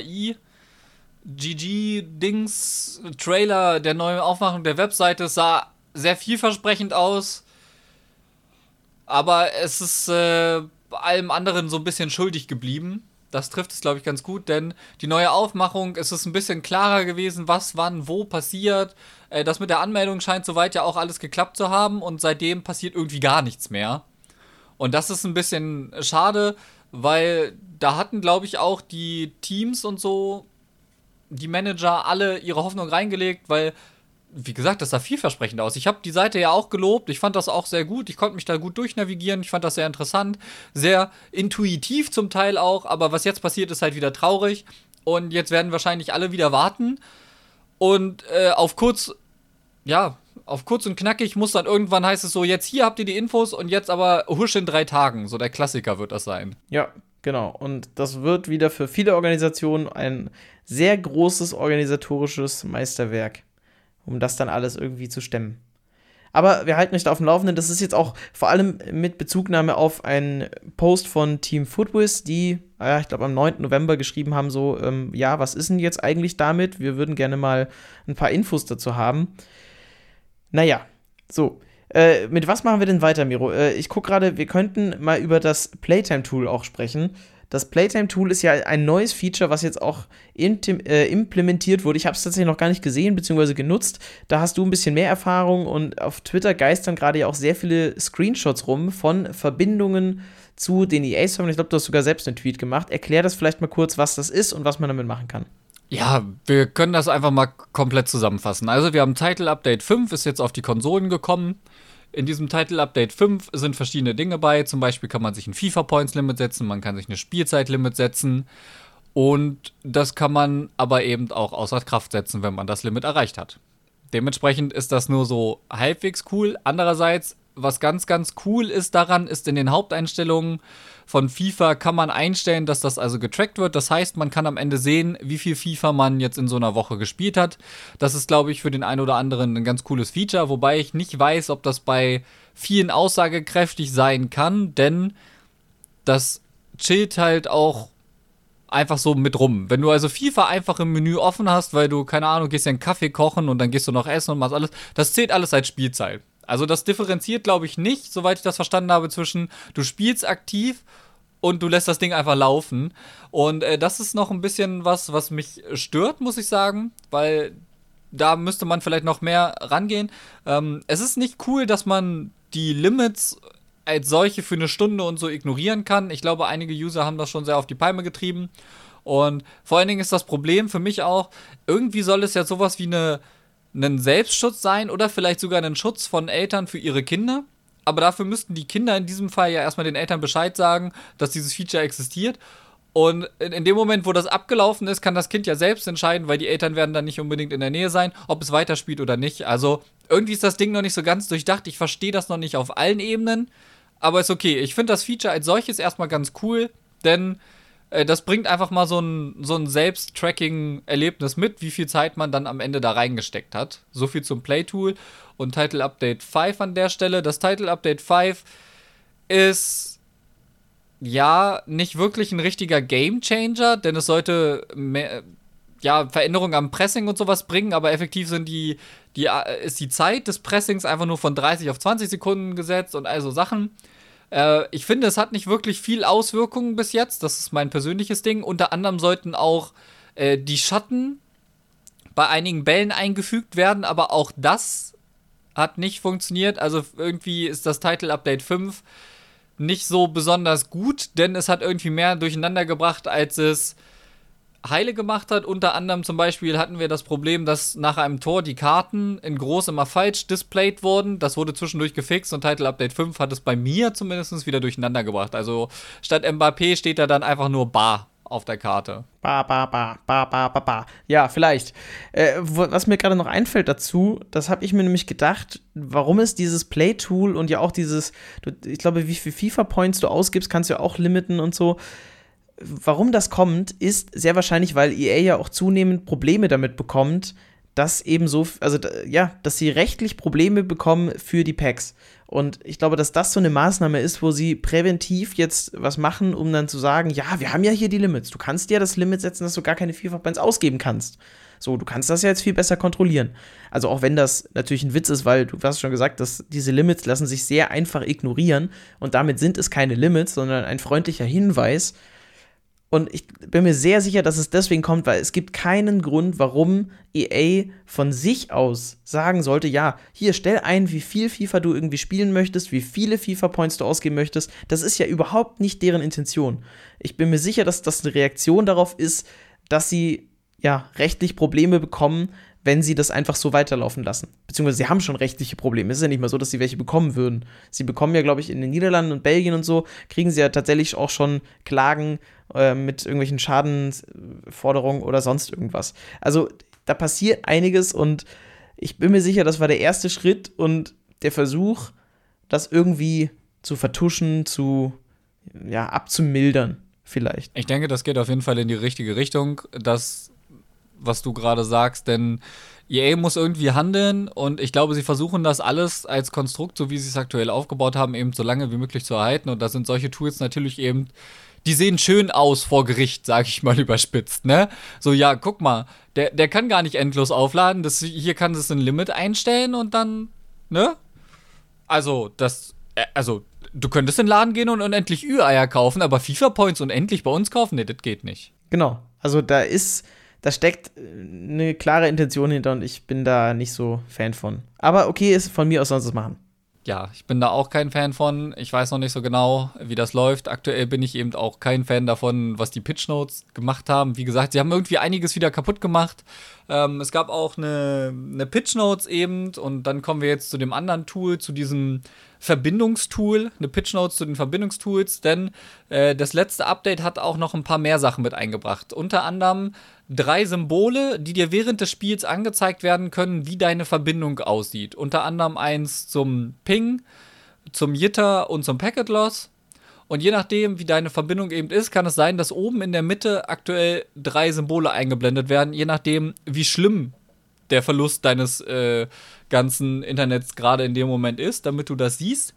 GG-Dings-Trailer der neuen Aufmachung der Webseite. Es sah sehr vielversprechend aus, aber es ist allem anderen so ein bisschen schuldig geblieben. Das trifft es, glaube ich, ganz gut, denn die neue Aufmachung, es ist ein bisschen klarer gewesen, was, wann, wo passiert. Das mit der Anmeldung scheint soweit ja auch alles geklappt zu haben und seitdem passiert irgendwie gar nichts mehr. Und das ist ein bisschen schade, weil da hatten, glaube ich, auch die Teams und so, die Manager alle ihre Hoffnung reingelegt, weil, wie gesagt, das sah vielversprechend aus. Ich habe die Seite ja auch gelobt, ich fand das auch sehr gut, ich konnte mich da gut durchnavigieren, ich fand das sehr interessant, sehr intuitiv zum Teil auch, aber was jetzt passiert, ist halt wieder traurig und jetzt werden wahrscheinlich alle wieder warten und auf kurz und knackig muss dann irgendwann heißt es so, jetzt hier habt ihr die Infos und jetzt aber husch in 3 Tagen, so der Klassiker wird das sein. Ja, genau. Und das wird wieder für viele Organisationen ein sehr großes organisatorisches Meisterwerk, um das dann alles irgendwie zu stemmen. Aber wir halten euch da auf dem Laufenden. Das ist jetzt auch vor allem mit Bezugnahme auf einen Post von Team Footwiz, die, ich glaube, am 9. November geschrieben haben, so, ja, was ist denn jetzt eigentlich damit? Wir würden gerne mal ein paar Infos dazu haben. Naja, so. Mit was machen wir denn weiter, Miro? Ich gucke gerade, wir könnten mal über das Playtime-Tool auch sprechen. Das Playtime-Tool ist ja ein neues Feature, was jetzt auch implementiert wurde. Ich habe es tatsächlich noch gar nicht gesehen bzw. genutzt. Da hast du ein bisschen mehr Erfahrung und auf Twitter geistern gerade ja auch sehr viele Screenshots rum von Verbindungen zu den EA-Servern. Ich glaube, du hast sogar selbst einen Tweet gemacht. Erklär das vielleicht mal kurz, was das ist und was man damit machen kann. Ja, wir können das einfach mal komplett zusammenfassen. Also wir haben Title Update 5, ist jetzt auf die Konsolen gekommen. In diesem Title Update 5 sind verschiedene Dinge bei. Zum Beispiel kann man sich ein FIFA Points Limit setzen, man kann sich eine Spielzeit-Limit setzen. Und das kann man aber eben auch außer Kraft setzen, wenn man das Limit erreicht hat. Dementsprechend ist das nur so halbwegs cool. Andererseits, was ganz, ganz cool ist daran, ist in den Haupteinstellungen von FIFA kann man einstellen, dass das also getrackt wird. Das heißt, man kann am Ende sehen, wie viel FIFA man jetzt in so einer Woche gespielt hat. Das ist, glaube ich, für den einen oder anderen ein ganz cooles Feature, wobei ich nicht weiß, ob das bei vielen aussagekräftig sein kann, denn das chillt halt auch einfach so mit rum. Wenn du also FIFA einfach im Menü offen hast, weil du, keine Ahnung, gehst ja einen Kaffee kochen und dann gehst du noch essen und machst alles, das zählt alles als Spielzeit. Also das differenziert, glaube ich, nicht, soweit ich das verstanden habe, zwischen du spielst aktiv und du lässt das Ding einfach laufen. Und das ist noch ein bisschen was mich stört, muss ich sagen, weil da müsste man vielleicht noch mehr rangehen. Es ist nicht cool, dass man die Limits als solche für eine Stunde und so ignorieren kann. Ich glaube, einige User haben das schon sehr auf die Palme getrieben. Und vor allen Dingen ist das Problem für mich auch, irgendwie soll es ja sowas wie einen Selbstschutz sein oder vielleicht sogar einen Schutz von Eltern für ihre Kinder. Aber dafür müssten die Kinder in diesem Fall ja erstmal den Eltern Bescheid sagen, dass dieses Feature existiert. Und in dem Moment, wo das abgelaufen ist, kann das Kind ja selbst entscheiden, weil die Eltern werden dann nicht unbedingt in der Nähe sein, ob es weiterspielt oder nicht. Also irgendwie ist das Ding noch nicht so ganz durchdacht. Ich verstehe das noch nicht auf allen Ebenen. Aber ist okay. Ich finde das Feature als solches erstmal ganz cool, denn das bringt einfach mal so ein Selbst-Tracking-Erlebnis mit, wie viel Zeit man dann am Ende da reingesteckt hat. So viel zum Play-Tool und Title Update 5 an der Stelle. Das Title Update 5 ist ja nicht wirklich ein richtiger Game-Changer, denn es sollte mehr, Veränderungen am Pressing und sowas bringen, aber effektiv ist die Zeit des Pressings einfach nur von 30 auf 20 Sekunden gesetzt und also Sachen. Ich finde, es hat nicht wirklich viel Auswirkungen bis jetzt. Das ist mein persönliches Ding. Unter anderem sollten auch die Schatten bei einigen Bällen eingefügt werden, aber auch das hat nicht funktioniert. Also irgendwie ist das Title Update 5 nicht so besonders gut, denn es hat irgendwie mehr durcheinander gebracht, als es heile gemacht hat. Unter anderem zum Beispiel hatten wir das Problem, dass nach einem Tor die Karten in groß immer falsch displayed wurden. Das wurde zwischendurch gefixt und Title Update 5 hat es bei mir zumindest wieder durcheinander gebracht. Also statt Mbappé steht da dann einfach nur Bar auf der Karte. Ba. Ja, vielleicht. Was mir gerade noch einfällt dazu, das habe ich mir nämlich gedacht, warum es dieses Play-Tool und ja auch ich glaube, wie viel FIFA-Points du ausgibst, kannst du ja auch limiten und so. Warum das kommt, ist sehr wahrscheinlich, weil EA ja auch zunehmend Probleme damit bekommt, dass eben so, dass sie rechtlich Probleme bekommen für die Packs. Und ich glaube, dass das so eine Maßnahme ist, wo sie präventiv jetzt was machen, um dann zu sagen, ja, wir haben ja hier die Limits. Du kannst dir das Limit setzen, dass du gar keine FIFA-Points ausgeben kannst. So, du kannst das ja jetzt viel besser kontrollieren. Also auch wenn das natürlich ein Witz ist, weil du hast schon gesagt, dass diese Limits lassen sich sehr einfach ignorieren und damit sind es keine Limits, sondern ein freundlicher Hinweis. Und ich bin mir sehr sicher, dass es deswegen kommt, weil es gibt keinen Grund, warum EA von sich aus sagen sollte, ja, hier, stell ein, wie viel FIFA du irgendwie spielen möchtest, wie viele FIFA-Points du ausgeben möchtest. Das ist ja überhaupt nicht deren Intention. Ich bin mir sicher, dass das eine Reaktion darauf ist, dass sie ja rechtlich Probleme bekommen, wenn sie das einfach so weiterlaufen lassen. Beziehungsweise sie haben schon rechtliche Probleme. Es ist ja nicht mal so, dass sie welche bekommen würden. Sie bekommen ja, glaube ich, in den Niederlanden und Belgien und so, kriegen sie ja tatsächlich auch schon Klagen mit irgendwelchen Schadenforderungen oder sonst irgendwas. Also da passiert einiges und ich bin mir sicher, das war der erste Schritt und der Versuch, das irgendwie zu vertuschen, abzumildern vielleicht. Ich denke, das geht auf jeden Fall in die richtige Richtung, das, was du gerade sagst, denn EA muss irgendwie handeln und ich glaube, sie versuchen das alles als Konstrukt, so wie sie es aktuell aufgebaut haben, eben so lange wie möglich zu erhalten und da sind solche Tools natürlich eben, die sehen schön aus vor Gericht, sag ich mal überspitzt, ne? So, ja, guck mal, der kann gar nicht endlos aufladen, hier kann es ein Limit einstellen und dann, ne? Also, du könntest in den Laden gehen und unendlich Ü-Eier kaufen, aber FIFA-Points unendlich bei uns kaufen, nee, das geht nicht. Genau, also da steckt eine klare Intention hinter und ich bin da nicht so Fan von. Aber okay, ist von mir aus sonst was machen. Ja, ich bin da auch kein Fan von. Ich weiß noch nicht so genau, wie das läuft. Aktuell bin ich eben auch kein Fan davon, was die Pitch Notes gemacht haben. Wie gesagt, sie haben irgendwie einiges wieder kaputt gemacht. Es gab auch eine Pitch Notes eben und dann kommen wir jetzt zu dem anderen Tool, zu diesem Verbindungstool, eine Pitch Notes zu den Verbindungstools, denn das letzte Update hat auch noch ein paar mehr Sachen mit eingebracht. Unter anderem 3 Symbole, die dir während des Spiels angezeigt werden können, wie deine Verbindung aussieht. Unter anderem eins zum Ping, zum Jitter und zum Packet Loss. Und je nachdem, wie deine Verbindung eben ist, kann es sein, dass oben in der Mitte aktuell 3 Symbole eingeblendet werden, je nachdem, wie schlimm der Verlust deines ganzen Internets gerade in dem Moment ist, damit du das siehst.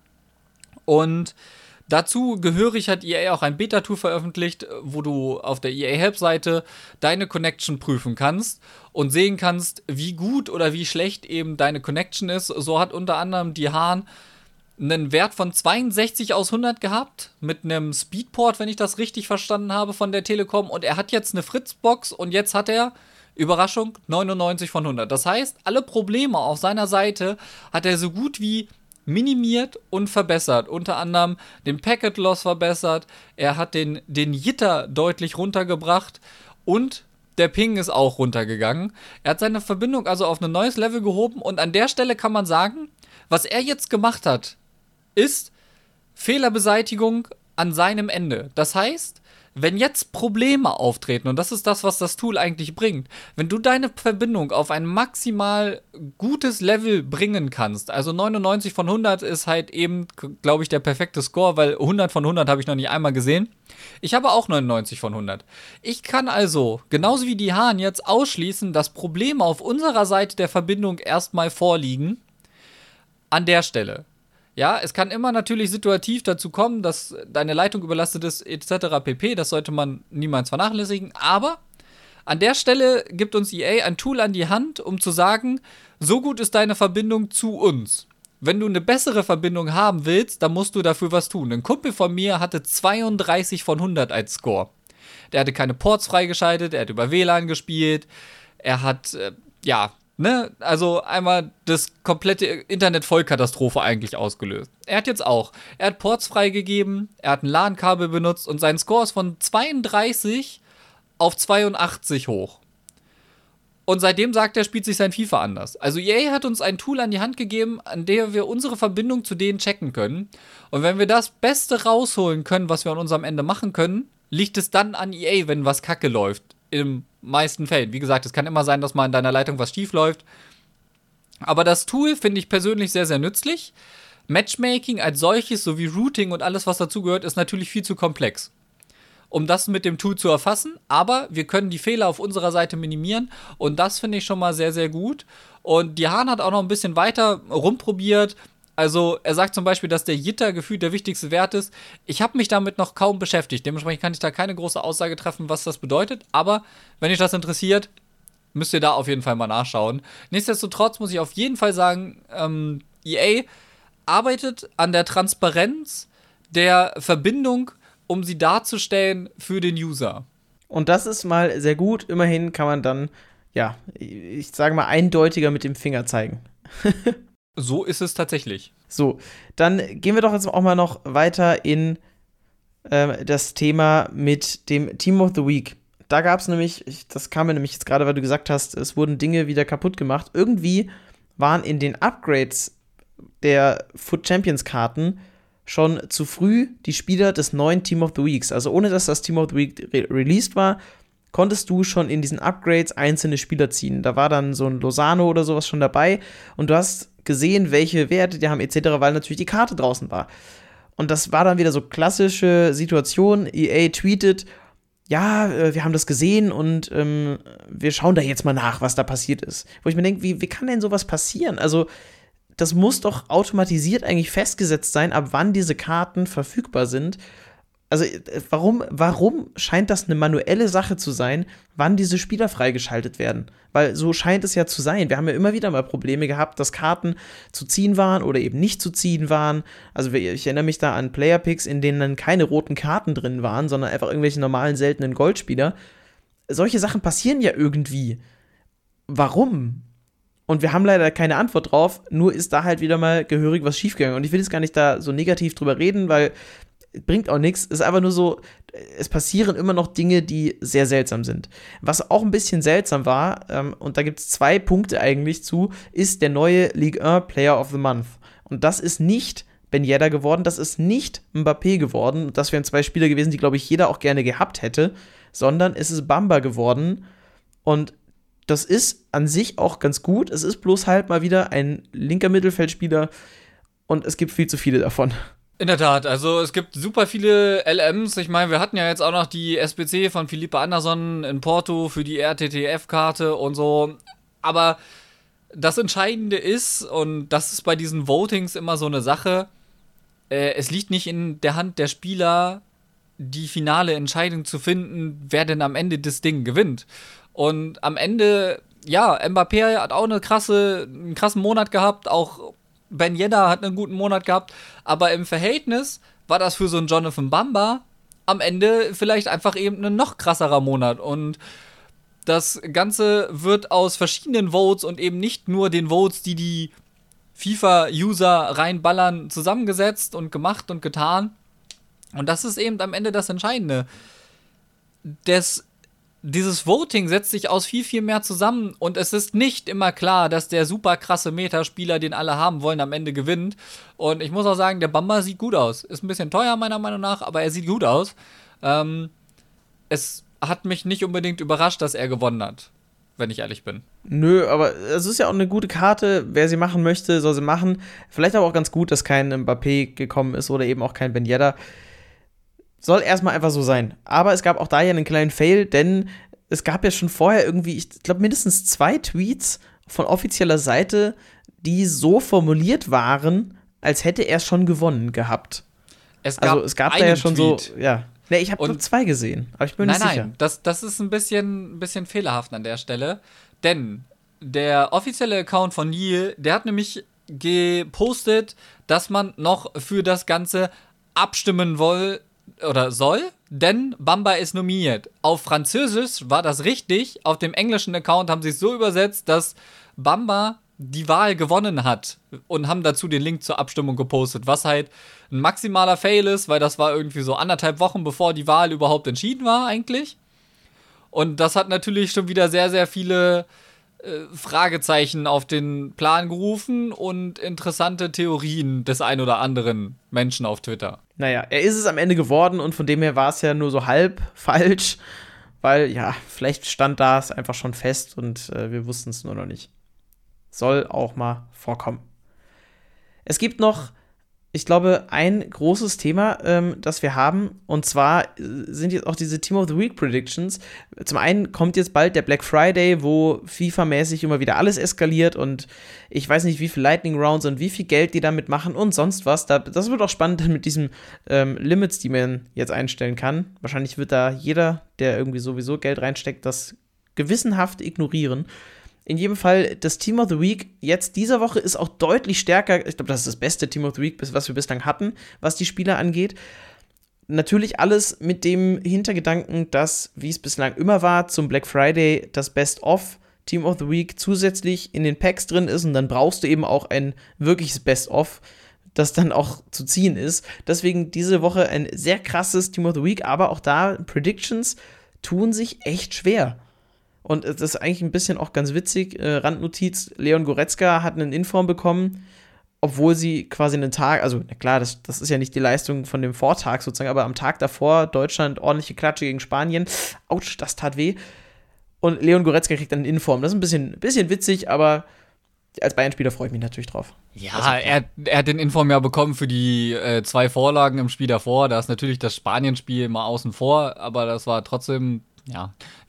Und dazu gehörig hat EA auch ein Beta-Tool veröffentlicht, wo du auf der EA-Help-Seite deine Connection prüfen kannst und sehen kannst, wie gut oder wie schlecht eben deine Connection ist. So hat unter anderem die Hahn einen Wert von 62 aus 100 gehabt, mit einem Speedport, wenn ich das richtig verstanden habe, von der Telekom. Und er hat jetzt eine Fritzbox und jetzt hat er, Überraschung, 99 von 100. Das heißt, alle Probleme auf seiner Seite hat er so gut wie minimiert und verbessert. Unter anderem den Packet Loss verbessert, er hat den Jitter deutlich runtergebracht und der Ping ist auch runtergegangen. Er hat seine Verbindung also auf ein neues Level gehoben und an der Stelle kann man sagen, was er jetzt gemacht hat, ist Fehlerbeseitigung an seinem Ende. Das heißt, wenn jetzt Probleme auftreten, und das ist das, was das Tool eigentlich bringt, wenn du deine Verbindung auf ein maximal gutes Level bringen kannst, also 99 von 100 ist halt eben, glaube ich, der perfekte Score, weil 100 von 100 habe ich noch nicht einmal gesehen. Ich habe auch 99 von 100. Ich kann also, genauso wie die Hahn, jetzt ausschließen, dass Probleme auf unserer Seite der Verbindung erstmal vorliegen. An der Stelle. Ja, es kann immer natürlich situativ dazu kommen, dass deine Leitung überlastet ist, etc. pp. Das sollte man niemals vernachlässigen. Aber an der Stelle gibt uns EA ein Tool an die Hand, um zu sagen, so gut ist deine Verbindung zu uns. Wenn du eine bessere Verbindung haben willst, dann musst du dafür was tun. Ein Kumpel von mir hatte 32 von 100 als Score. Der hatte keine Ports freigeschaltet, er hat über WLAN gespielt, er hat, also einmal das komplette Internet-Vollkatastrophe eigentlich ausgelöst. Er hat Ports freigegeben, er hat ein LAN-Kabel benutzt und sein Score ist von 32 auf 82 hoch. Und seitdem sagt er, spielt sich sein FIFA anders. Also EA hat uns ein Tool an die Hand gegeben, an der wir unsere Verbindung zu denen checken können. Und wenn wir das Beste rausholen können, was wir an unserem Ende machen können, liegt es dann an EA, wenn was kacke läuft. Im meisten Fällen. Wie gesagt, es kann immer sein, dass mal in deiner Leitung was schief läuft. Aber das Tool finde ich persönlich sehr, sehr nützlich. Matchmaking als solches sowie Routing und alles, was dazugehört, ist natürlich viel zu komplex, um das mit dem Tool zu erfassen. Aber wir können die Fehler auf unserer Seite minimieren und das finde ich schon mal sehr, sehr gut. Und die Hahn hat auch noch ein bisschen weiter rumprobiert. Also er sagt zum Beispiel, dass der Jitter gefühlt der wichtigste Wert ist. Ich habe mich damit noch kaum beschäftigt. Dementsprechend kann ich da keine große Aussage treffen, was das bedeutet. Aber wenn euch das interessiert, müsst ihr da auf jeden Fall mal nachschauen. Nichtsdestotrotz muss ich auf jeden Fall sagen, EA arbeitet an der Transparenz der Verbindung um sie darzustellen für den User. Und das ist mal sehr gut. Immerhin kann man dann, ja, ich sage mal, eindeutiger mit dem Finger zeigen. So ist es tatsächlich. So, dann gehen wir doch jetzt auch mal noch weiter in das Thema mit dem Team of the Week. Da gab es nämlich, das kam mir nämlich jetzt gerade, weil du gesagt hast, es wurden Dinge wieder kaputt gemacht. Irgendwie waren in den Upgrades der Foot Champions Karten schon zu früh die Spieler des neuen Team of the Weeks. Also ohne, dass das Team of the Week released war, konntest du schon in diesen Upgrades einzelne Spieler ziehen. Da war dann so ein Lozano oder sowas schon dabei und du hast gesehen, welche Werte die haben etc., weil natürlich die Karte draußen war. Und das war dann wieder so klassische Situation. EA tweetet, ja, wir haben das gesehen und wir schauen da jetzt mal nach, was da passiert ist. Wo ich mir denke, wie kann denn sowas passieren? Also, das muss doch automatisiert eigentlich festgesetzt sein, ab wann diese Karten verfügbar sind. Also, warum scheint das eine manuelle Sache zu sein, wann diese Spieler freigeschaltet werden? Weil so scheint es ja zu sein. Wir haben ja immer wieder mal Probleme gehabt, dass Karten zu ziehen waren oder eben nicht zu ziehen waren. Also ich erinnere mich da an Player-Picks, in denen dann keine roten Karten drin waren, sondern einfach irgendwelche normalen, seltenen Goldspieler. Solche Sachen passieren ja irgendwie. Warum? Und wir haben leider keine Antwort drauf, nur ist da halt wieder mal gehörig was schiefgegangen. Und ich will jetzt gar nicht da so negativ drüber reden, weil bringt auch nichts. Ist einfach nur so, es passieren immer noch Dinge, die sehr seltsam sind. Was auch ein bisschen seltsam war, und da gibt es 2 Punkte eigentlich zu, ist der neue Ligue 1 Player of the Month. Und das ist nicht Ben Yedder geworden, das ist nicht Mbappé geworden. Das wären 2 Spieler gewesen, die, glaube ich, jeder auch gerne gehabt hätte, sondern es ist Bamba geworden. Und das ist an sich auch ganz gut. Es ist bloß halt mal wieder ein linker Mittelfeldspieler und es gibt viel zu viele davon. In der Tat, also es gibt super viele LMs. Ich meine, wir hatten ja jetzt auch noch die SBC von Felipe Anderson in Porto für die RTTF-Karte und so. Aber das Entscheidende ist, und das ist bei diesen Votings immer so eine Sache, es liegt nicht in der Hand der Spieler, die finale Entscheidung zu finden, wer denn am Ende das Ding gewinnt. Und am Ende, ja, Mbappé hat auch einen krassen Monat gehabt, auch Ben Yedder hat einen guten Monat gehabt, aber im Verhältnis war das für so einen Jonathan Bamba am Ende vielleicht einfach eben ein noch krasserer Monat. Und das Ganze wird aus verschiedenen Votes und eben nicht nur den Votes, die FIFA-User reinballern, zusammengesetzt und gemacht und getan. Und das ist eben am Ende das Entscheidende. Dieses Voting setzt sich aus viel, viel mehr zusammen und es ist nicht immer klar, dass der super krasse Metaspieler, den alle haben wollen, am Ende gewinnt. Und ich muss auch sagen, der Bamba sieht gut aus. Ist ein bisschen teuer meiner Meinung nach, aber er sieht gut aus. Es hat mich nicht unbedingt überrascht, dass er gewonnen hat, wenn ich ehrlich bin. Nö, aber es ist ja auch eine gute Karte. Wer sie machen möchte, soll sie machen. Vielleicht aber auch ganz gut, dass kein Mbappé gekommen ist oder eben auch kein Ben Yedder. Soll erstmal einfach so sein. Aber es gab auch da ja einen kleinen Fail, denn es gab ja schon vorher irgendwie, ich glaube, mindestens 2 Tweets von offizieller Seite, die so formuliert waren, als hätte er schon gewonnen gehabt. Es gab da ja schon Tweet. So, ja. Ne, ich habe nur 2 gesehen, aber ich bin nicht sicher. Nein, das ist ein bisschen fehlerhaft an der Stelle, denn der offizielle Account von Neil, der hat nämlich gepostet, dass man noch für das Ganze abstimmen soll, denn Bamba ist nominiert. Auf Französisch war das richtig, auf dem englischen Account haben sie es so übersetzt, dass Bamba die Wahl gewonnen hat und haben dazu den Link zur Abstimmung gepostet, was halt ein maximaler Fail ist, weil das war irgendwie so 1,5 Wochen, bevor die Wahl überhaupt entschieden war eigentlich. Und das hat natürlich schon wieder sehr, sehr viele Fragezeichen auf den Plan gerufen und interessante Theorien des ein oder anderen Menschen auf Twitter. Naja, er ist es am Ende geworden und von dem her war es ja nur so halb falsch, weil ja, vielleicht stand das einfach schon fest und wir wussten es nur noch nicht. Soll auch mal vorkommen. Es gibt noch, ich glaube, ein großes Thema, das wir haben, und zwar sind jetzt auch diese Team of the Week Predictions. Zum einen kommt jetzt bald der Black Friday, wo FIFA-mäßig immer wieder alles eskaliert und ich weiß nicht, wie viel Lightning Rounds und wie viel Geld die damit machen und sonst was. Das wird auch spannend mit diesen Limits, die man jetzt einstellen kann. Wahrscheinlich wird da jeder, der irgendwie sowieso Geld reinsteckt, das gewissenhaft ignorieren. In jedem Fall, das Team of the Week jetzt dieser Woche ist auch deutlich stärker. Ich glaube, das ist das beste Team of the Week, was wir bislang hatten, was die Spieler angeht. Natürlich alles mit dem Hintergedanken, dass, wie es bislang immer war, zum Black Friday das Best-of Team of the Week zusätzlich in den Packs drin ist und dann brauchst du eben auch ein wirkliches Best-of, das dann auch zu ziehen ist. Deswegen diese Woche ein sehr krasses Team of the Week, aber auch da Predictions tun sich echt schwer. Und das ist eigentlich ein bisschen auch ganz witzig. Randnotiz, Leon Goretzka hat einen Inform bekommen, obwohl sie quasi einen Tag, also na klar, das ist ja nicht die Leistung von dem Vortag sozusagen, aber am Tag davor Deutschland ordentliche Klatsche gegen Spanien. Autsch, das tat weh. Und Leon Goretzka kriegt dann einen Inform. Das ist ein bisschen witzig, aber als Bayern-Spieler freue ich mich natürlich drauf. Ja, er hat den Inform ja bekommen für die 2 Vorlagen im Spiel davor. Da ist natürlich das Spanien-Spiel mal außen vor, aber das war trotzdem, ja.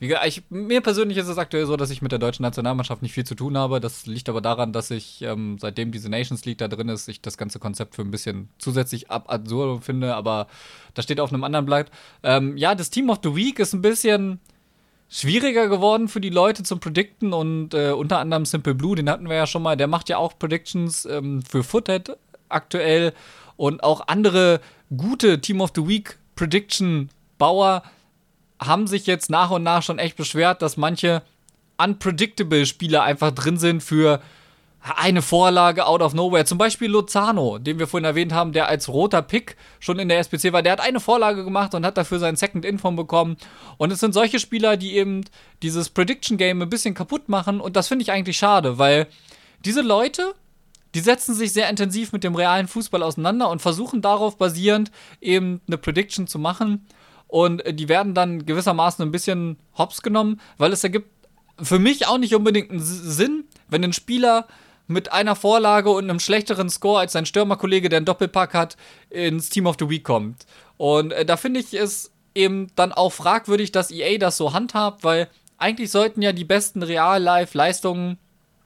Mir persönlich ist es aktuell so, dass ich mit der deutschen Nationalmannschaft nicht viel zu tun habe. Das liegt aber daran, dass ich, seitdem diese Nations League da drin ist, ich das ganze Konzept für ein bisschen zusätzlich absurd finde, aber das steht auf einem anderen Blatt. Das Team of the Week ist ein bisschen schwieriger geworden für die Leute zum Predicten und unter anderem Simple Blue, den hatten wir ja schon mal, der macht ja auch Predictions für Foothead aktuell und auch andere gute Team of the Week Prediction-Bauer haben sich jetzt nach und nach schon echt beschwert, dass manche unpredictable Spieler einfach drin sind für eine Vorlage out of nowhere. Zum Beispiel Lozano, den wir vorhin erwähnt haben, der als roter Pick schon in der SPC war. Der hat eine Vorlage gemacht und hat dafür seinen Second Inform bekommen. Und es sind solche Spieler, die eben dieses Prediction-Game ein bisschen kaputt machen. Und das finde ich eigentlich schade, weil diese Leute, die setzen sich sehr intensiv mit dem realen Fußball auseinander und versuchen darauf basierend eben eine Prediction zu machen. Und die werden dann gewissermaßen ein bisschen hops genommen, weil es ergibt für mich auch nicht unbedingt einen Sinn, wenn ein Spieler mit einer Vorlage und einem schlechteren Score als sein Stürmerkollege, der einen Doppelpack hat, ins Team of the Week kommt. Und da finde ich es eben dann auch fragwürdig, dass EA das so handhabt, weil eigentlich sollten ja die besten Real-Life-Leistungen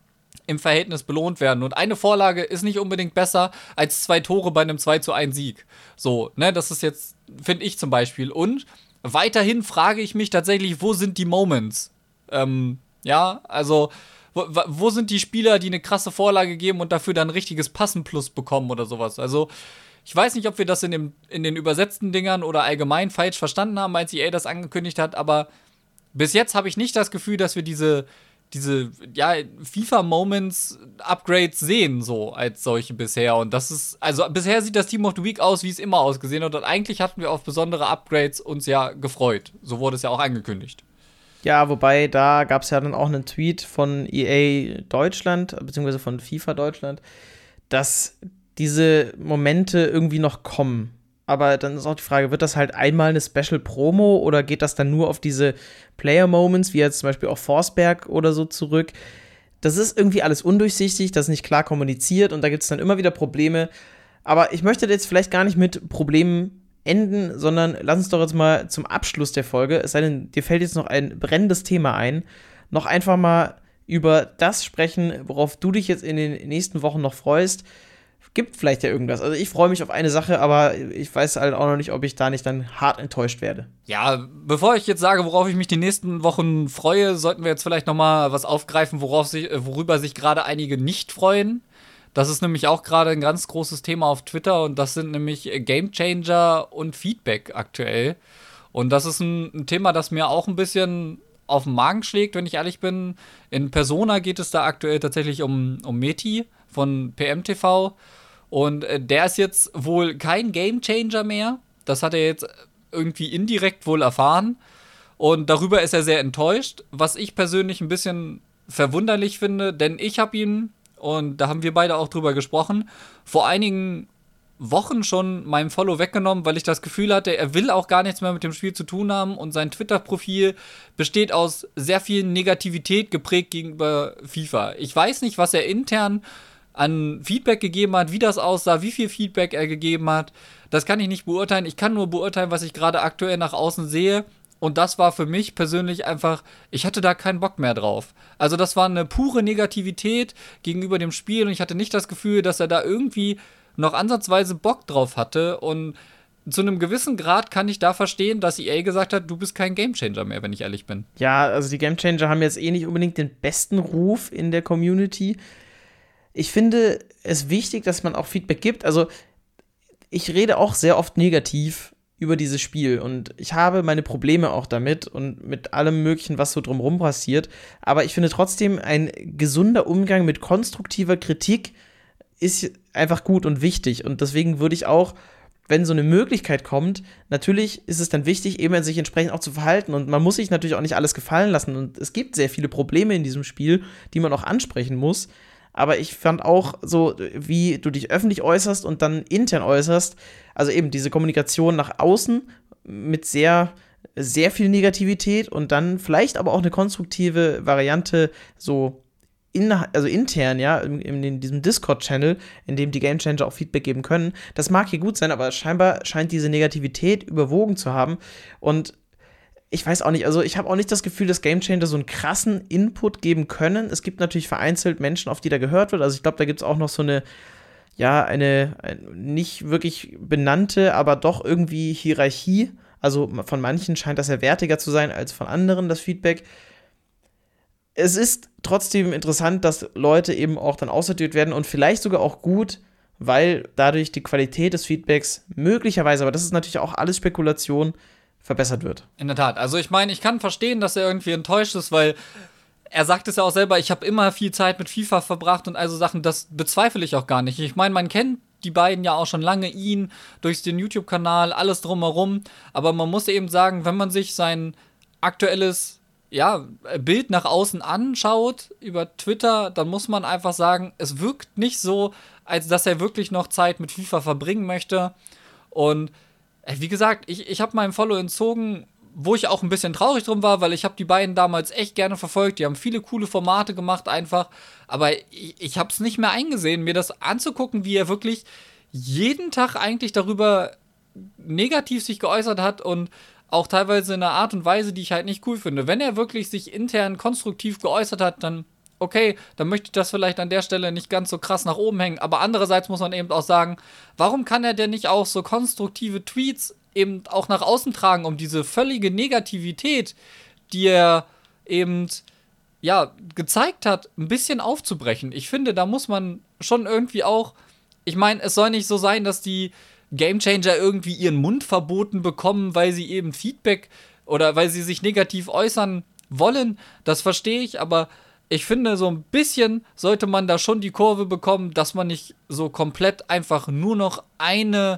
im Verhältnis belohnt werden. Und eine Vorlage ist nicht unbedingt besser als 2 Tore bei einem 2:1 Sieg. So, ne, das ist jetzt, finde ich zum Beispiel. Und weiterhin frage ich mich tatsächlich, wo sind die Moments? Wo sind die Spieler, die eine krasse Vorlage geben und dafür dann ein richtiges Passen-Plus bekommen oder sowas? Also, ich weiß nicht, ob wir das in den übersetzten Dingern oder allgemein falsch verstanden haben, als EA das angekündigt hat, aber bis jetzt habe ich nicht das Gefühl, dass wir diese FIFA-Moments-Upgrades sehen, so als solche bisher. Und das ist, also bisher sieht das Team of the Week aus, wie es immer ausgesehen hat. Und eigentlich hatten wir auf besondere Upgrades uns ja gefreut. So wurde es ja auch angekündigt. Ja, wobei, da gab es ja dann auch einen Tweet von EA Deutschland, beziehungsweise von FIFA Deutschland, dass diese Momente irgendwie noch kommen. Aber dann ist auch die Frage, wird das halt einmal eine Special-Promo oder geht das dann nur auf diese Player-Moments, wie jetzt zum Beispiel auch Forsberg oder so zurück? Das ist irgendwie alles undurchsichtig, das ist nicht klar kommuniziert und da gibt es dann immer wieder Probleme. Aber ich möchte jetzt vielleicht gar nicht mit Problemen enden, sondern lass uns doch jetzt mal zum Abschluss der Folge, es sei denn, dir fällt jetzt noch ein brennendes Thema ein, noch einfach mal über das sprechen, worauf du dich jetzt in den nächsten Wochen noch freust. Gibt vielleicht ja irgendwas. Also ich freue mich auf eine Sache, aber ich weiß halt auch noch nicht, ob ich da nicht dann hart enttäuscht werde. Ja, bevor ich jetzt sage, worauf ich mich die nächsten Wochen freue, sollten wir jetzt vielleicht noch mal was aufgreifen, worüber sich gerade einige nicht freuen. Das ist nämlich auch gerade ein ganz großes Thema auf Twitter und das sind nämlich Gamechanger und Feedback aktuell. Und das ist ein Thema, das mir auch ein bisschen auf den Magen schlägt, wenn ich ehrlich bin. In Persona geht es da aktuell tatsächlich um Meti von PMTV. Und der ist jetzt wohl kein Gamechanger mehr. Das hat er jetzt irgendwie indirekt wohl erfahren. Und darüber ist er sehr enttäuscht, was ich persönlich ein bisschen verwunderlich finde, denn ich habe ihn, und da haben wir beide auch drüber gesprochen, vor einigen Wochen schon meinem Follow weggenommen, weil ich das Gefühl hatte, er will auch gar nichts mehr mit dem Spiel zu tun haben und sein Twitter-Profil besteht aus sehr viel Negativität geprägt gegenüber FIFA. Ich weiß nicht, was er intern an Feedback gegeben hat, wie das aussah, wie viel Feedback er gegeben hat. Das kann ich nicht beurteilen. Ich kann nur beurteilen, was ich gerade aktuell nach außen sehe. Und das war für mich persönlich einfach, ich hatte da keinen Bock mehr drauf. Also das war eine pure Negativität gegenüber dem Spiel und ich hatte nicht das Gefühl, dass er da irgendwie noch ansatzweise Bock drauf hatte. Und zu einem gewissen Grad kann ich da verstehen, dass EA gesagt hat, du bist kein Gamechanger mehr, wenn ich ehrlich bin. Ja, also die Gamechanger haben jetzt nicht unbedingt den besten Ruf in der Community. Ich finde es wichtig, dass man auch Feedback gibt. Also ich rede auch sehr oft negativ über dieses Spiel und ich habe meine Probleme auch damit und mit allem Möglichen, was so drumherum passiert, aber ich finde trotzdem, ein gesunder Umgang mit konstruktiver Kritik ist einfach gut und wichtig und deswegen würde ich auch, wenn so eine Möglichkeit kommt, natürlich ist es dann wichtig, eben sich entsprechend auch zu verhalten und man muss sich natürlich auch nicht alles gefallen lassen und es gibt sehr viele Probleme in diesem Spiel, die man auch ansprechen muss, aber ich fand auch so, wie du dich öffentlich äußerst und dann intern äußerst, also eben diese Kommunikation nach außen mit sehr, sehr viel Negativität und dann vielleicht aber auch eine konstruktive Variante so also intern, ja, in diesem Discord-Channel, in dem die Gamechanger auch Feedback geben können. Das mag hier gut sein, aber scheinbar scheint diese Negativität überwogen zu haben und ich weiß auch nicht, also ich habe auch nicht das Gefühl, dass Gamechanger so einen krassen Input geben können. Es gibt natürlich vereinzelt Menschen, auf die da gehört wird. Also ich glaube, da gibt es auch noch so eine nicht wirklich benannte, aber doch irgendwie Hierarchie. Also von manchen scheint das ja wertiger zu sein als von anderen, das Feedback. Es ist trotzdem interessant, dass Leute eben auch dann aussortiert werden und vielleicht sogar auch gut, weil dadurch die Qualität des Feedbacks möglicherweise, aber das ist natürlich auch alles Spekulation, verbessert wird. In der Tat. Also ich meine, ich kann verstehen, dass er irgendwie enttäuscht ist, weil er sagt es ja auch selber, ich habe immer viel Zeit mit FIFA verbracht und also Sachen, das bezweifle ich auch gar nicht. Ich meine, man kennt die beiden ja auch schon lange, ihn, durch den YouTube-Kanal, alles drumherum, aber man muss eben sagen, wenn man sich sein aktuelles Bild nach außen anschaut über Twitter, dann muss man einfach sagen, es wirkt nicht so, als dass er wirklich noch Zeit mit FIFA verbringen möchte und wie gesagt, ich habe meinem Follow entzogen, wo ich auch ein bisschen traurig drum war, weil ich habe die beiden damals echt gerne verfolgt. Die haben viele coole Formate gemacht einfach. Aber ich habe es nicht mehr eingesehen, mir das anzugucken, wie er wirklich jeden Tag eigentlich darüber negativ sich geäußert hat und auch teilweise in einer Art und Weise, die ich halt nicht cool finde. Wenn er wirklich sich intern konstruktiv geäußert hat, dann okay, dann möchte ich das vielleicht an der Stelle nicht ganz so krass nach oben hängen. Aber andererseits muss man eben auch sagen, warum kann er denn nicht auch so konstruktive Tweets eben auch nach außen tragen, um diese völlige Negativität, die er eben gezeigt hat, ein bisschen aufzubrechen. Ich finde, da muss man schon irgendwie auch, ich meine, es soll nicht so sein, dass die Gamechanger irgendwie ihren Mund verboten bekommen, weil sie eben Feedback oder weil sie sich negativ äußern wollen. Das verstehe ich, aber ich finde, so ein bisschen sollte man da schon die Kurve bekommen, dass man nicht so komplett einfach nur noch eine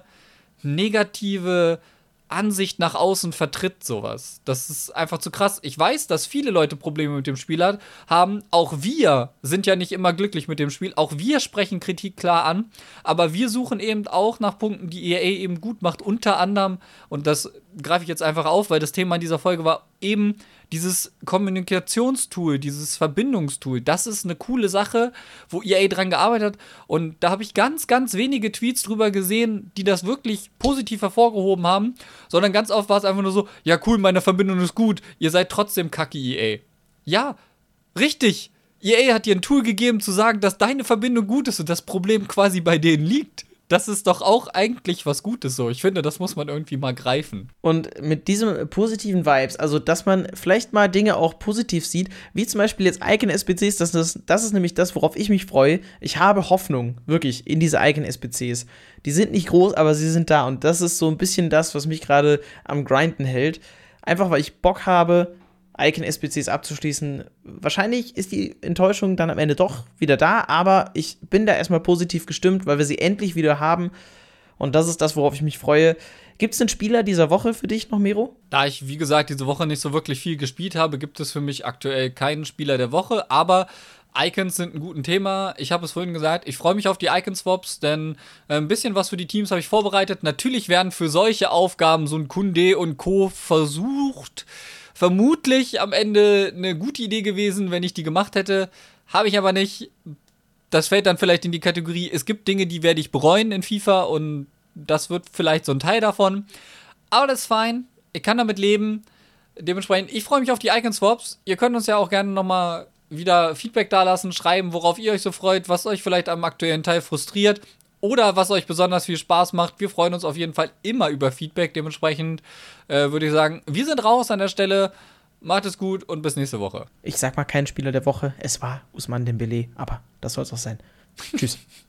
negative Ansicht nach außen vertritt, sowas. Das ist einfach zu krass. Ich weiß, dass viele Leute Probleme mit dem Spiel haben. Auch wir sind ja nicht immer glücklich mit dem Spiel. Auch wir sprechen Kritik klar an. Aber wir suchen eben auch nach Punkten, die EA eben gut macht. Unter anderem, und das greife ich jetzt einfach auf, weil das Thema in dieser Folge war, eben dieses Kommunikationstool, dieses Verbindungstool, das ist eine coole Sache, wo EA dran gearbeitet hat. Und da habe ich ganz, ganz wenige Tweets drüber gesehen, die das wirklich positiv hervorgehoben haben, sondern ganz oft war es einfach nur so, ja cool, meine Verbindung ist gut, ihr seid trotzdem kacke, EA. Ja, richtig. EA hat dir ein Tool gegeben, zu sagen, dass deine Verbindung gut ist und das Problem quasi bei denen liegt. Das ist doch auch eigentlich was Gutes so. Ich finde, das muss man irgendwie mal greifen. Und mit diesen positiven Vibes, also dass man vielleicht mal Dinge auch positiv sieht, wie zum Beispiel jetzt Icon-SBCs, das ist nämlich das, worauf ich mich freue. Ich habe Hoffnung, wirklich, in diese Icon-SBCs. Die sind nicht groß, aber sie sind da. Und das ist so ein bisschen das, was mich gerade am Grinden hält. Einfach, weil ich Bock habe, Icon-SBCs abzuschließen. Wahrscheinlich ist die Enttäuschung dann am Ende doch wieder da, aber ich bin da erstmal positiv gestimmt, weil wir sie endlich wieder haben. Und das ist das, worauf ich mich freue. Gibt es einen Spieler dieser Woche für dich noch, Miro? Da ich, wie gesagt, diese Woche nicht so wirklich viel gespielt habe, gibt es für mich aktuell keinen Spieler der Woche, aber Icons sind ein gutes Thema. Ich habe es vorhin gesagt, ich freue mich auf die Icon-Swaps, denn ein bisschen was für die Teams habe ich vorbereitet. Natürlich werden für solche Aufgaben so ein Kunde und Co. versucht. Vermutlich am Ende eine gute Idee gewesen, wenn ich die gemacht hätte. Habe ich aber nicht. Das fällt dann vielleicht in die Kategorie, es gibt Dinge, die werde ich bereuen in FIFA und das wird vielleicht so ein Teil davon. Aber das ist fein. Ich kann damit leben. Dementsprechend, ich freue mich auf die Icon-Swaps. Ihr könnt uns ja auch gerne nochmal wieder Feedback dalassen, schreiben, worauf ihr euch so freut, was euch vielleicht am aktuellen Teil frustriert oder was euch besonders viel Spaß macht. Wir freuen uns auf jeden Fall immer über Feedback. Dementsprechend würde ich sagen, wir sind raus an der Stelle. Macht es gut und bis nächste Woche. Ich sag mal keinen Spieler der Woche. Es war Ousmane Dembélé, aber das soll es auch sein. Tschüss.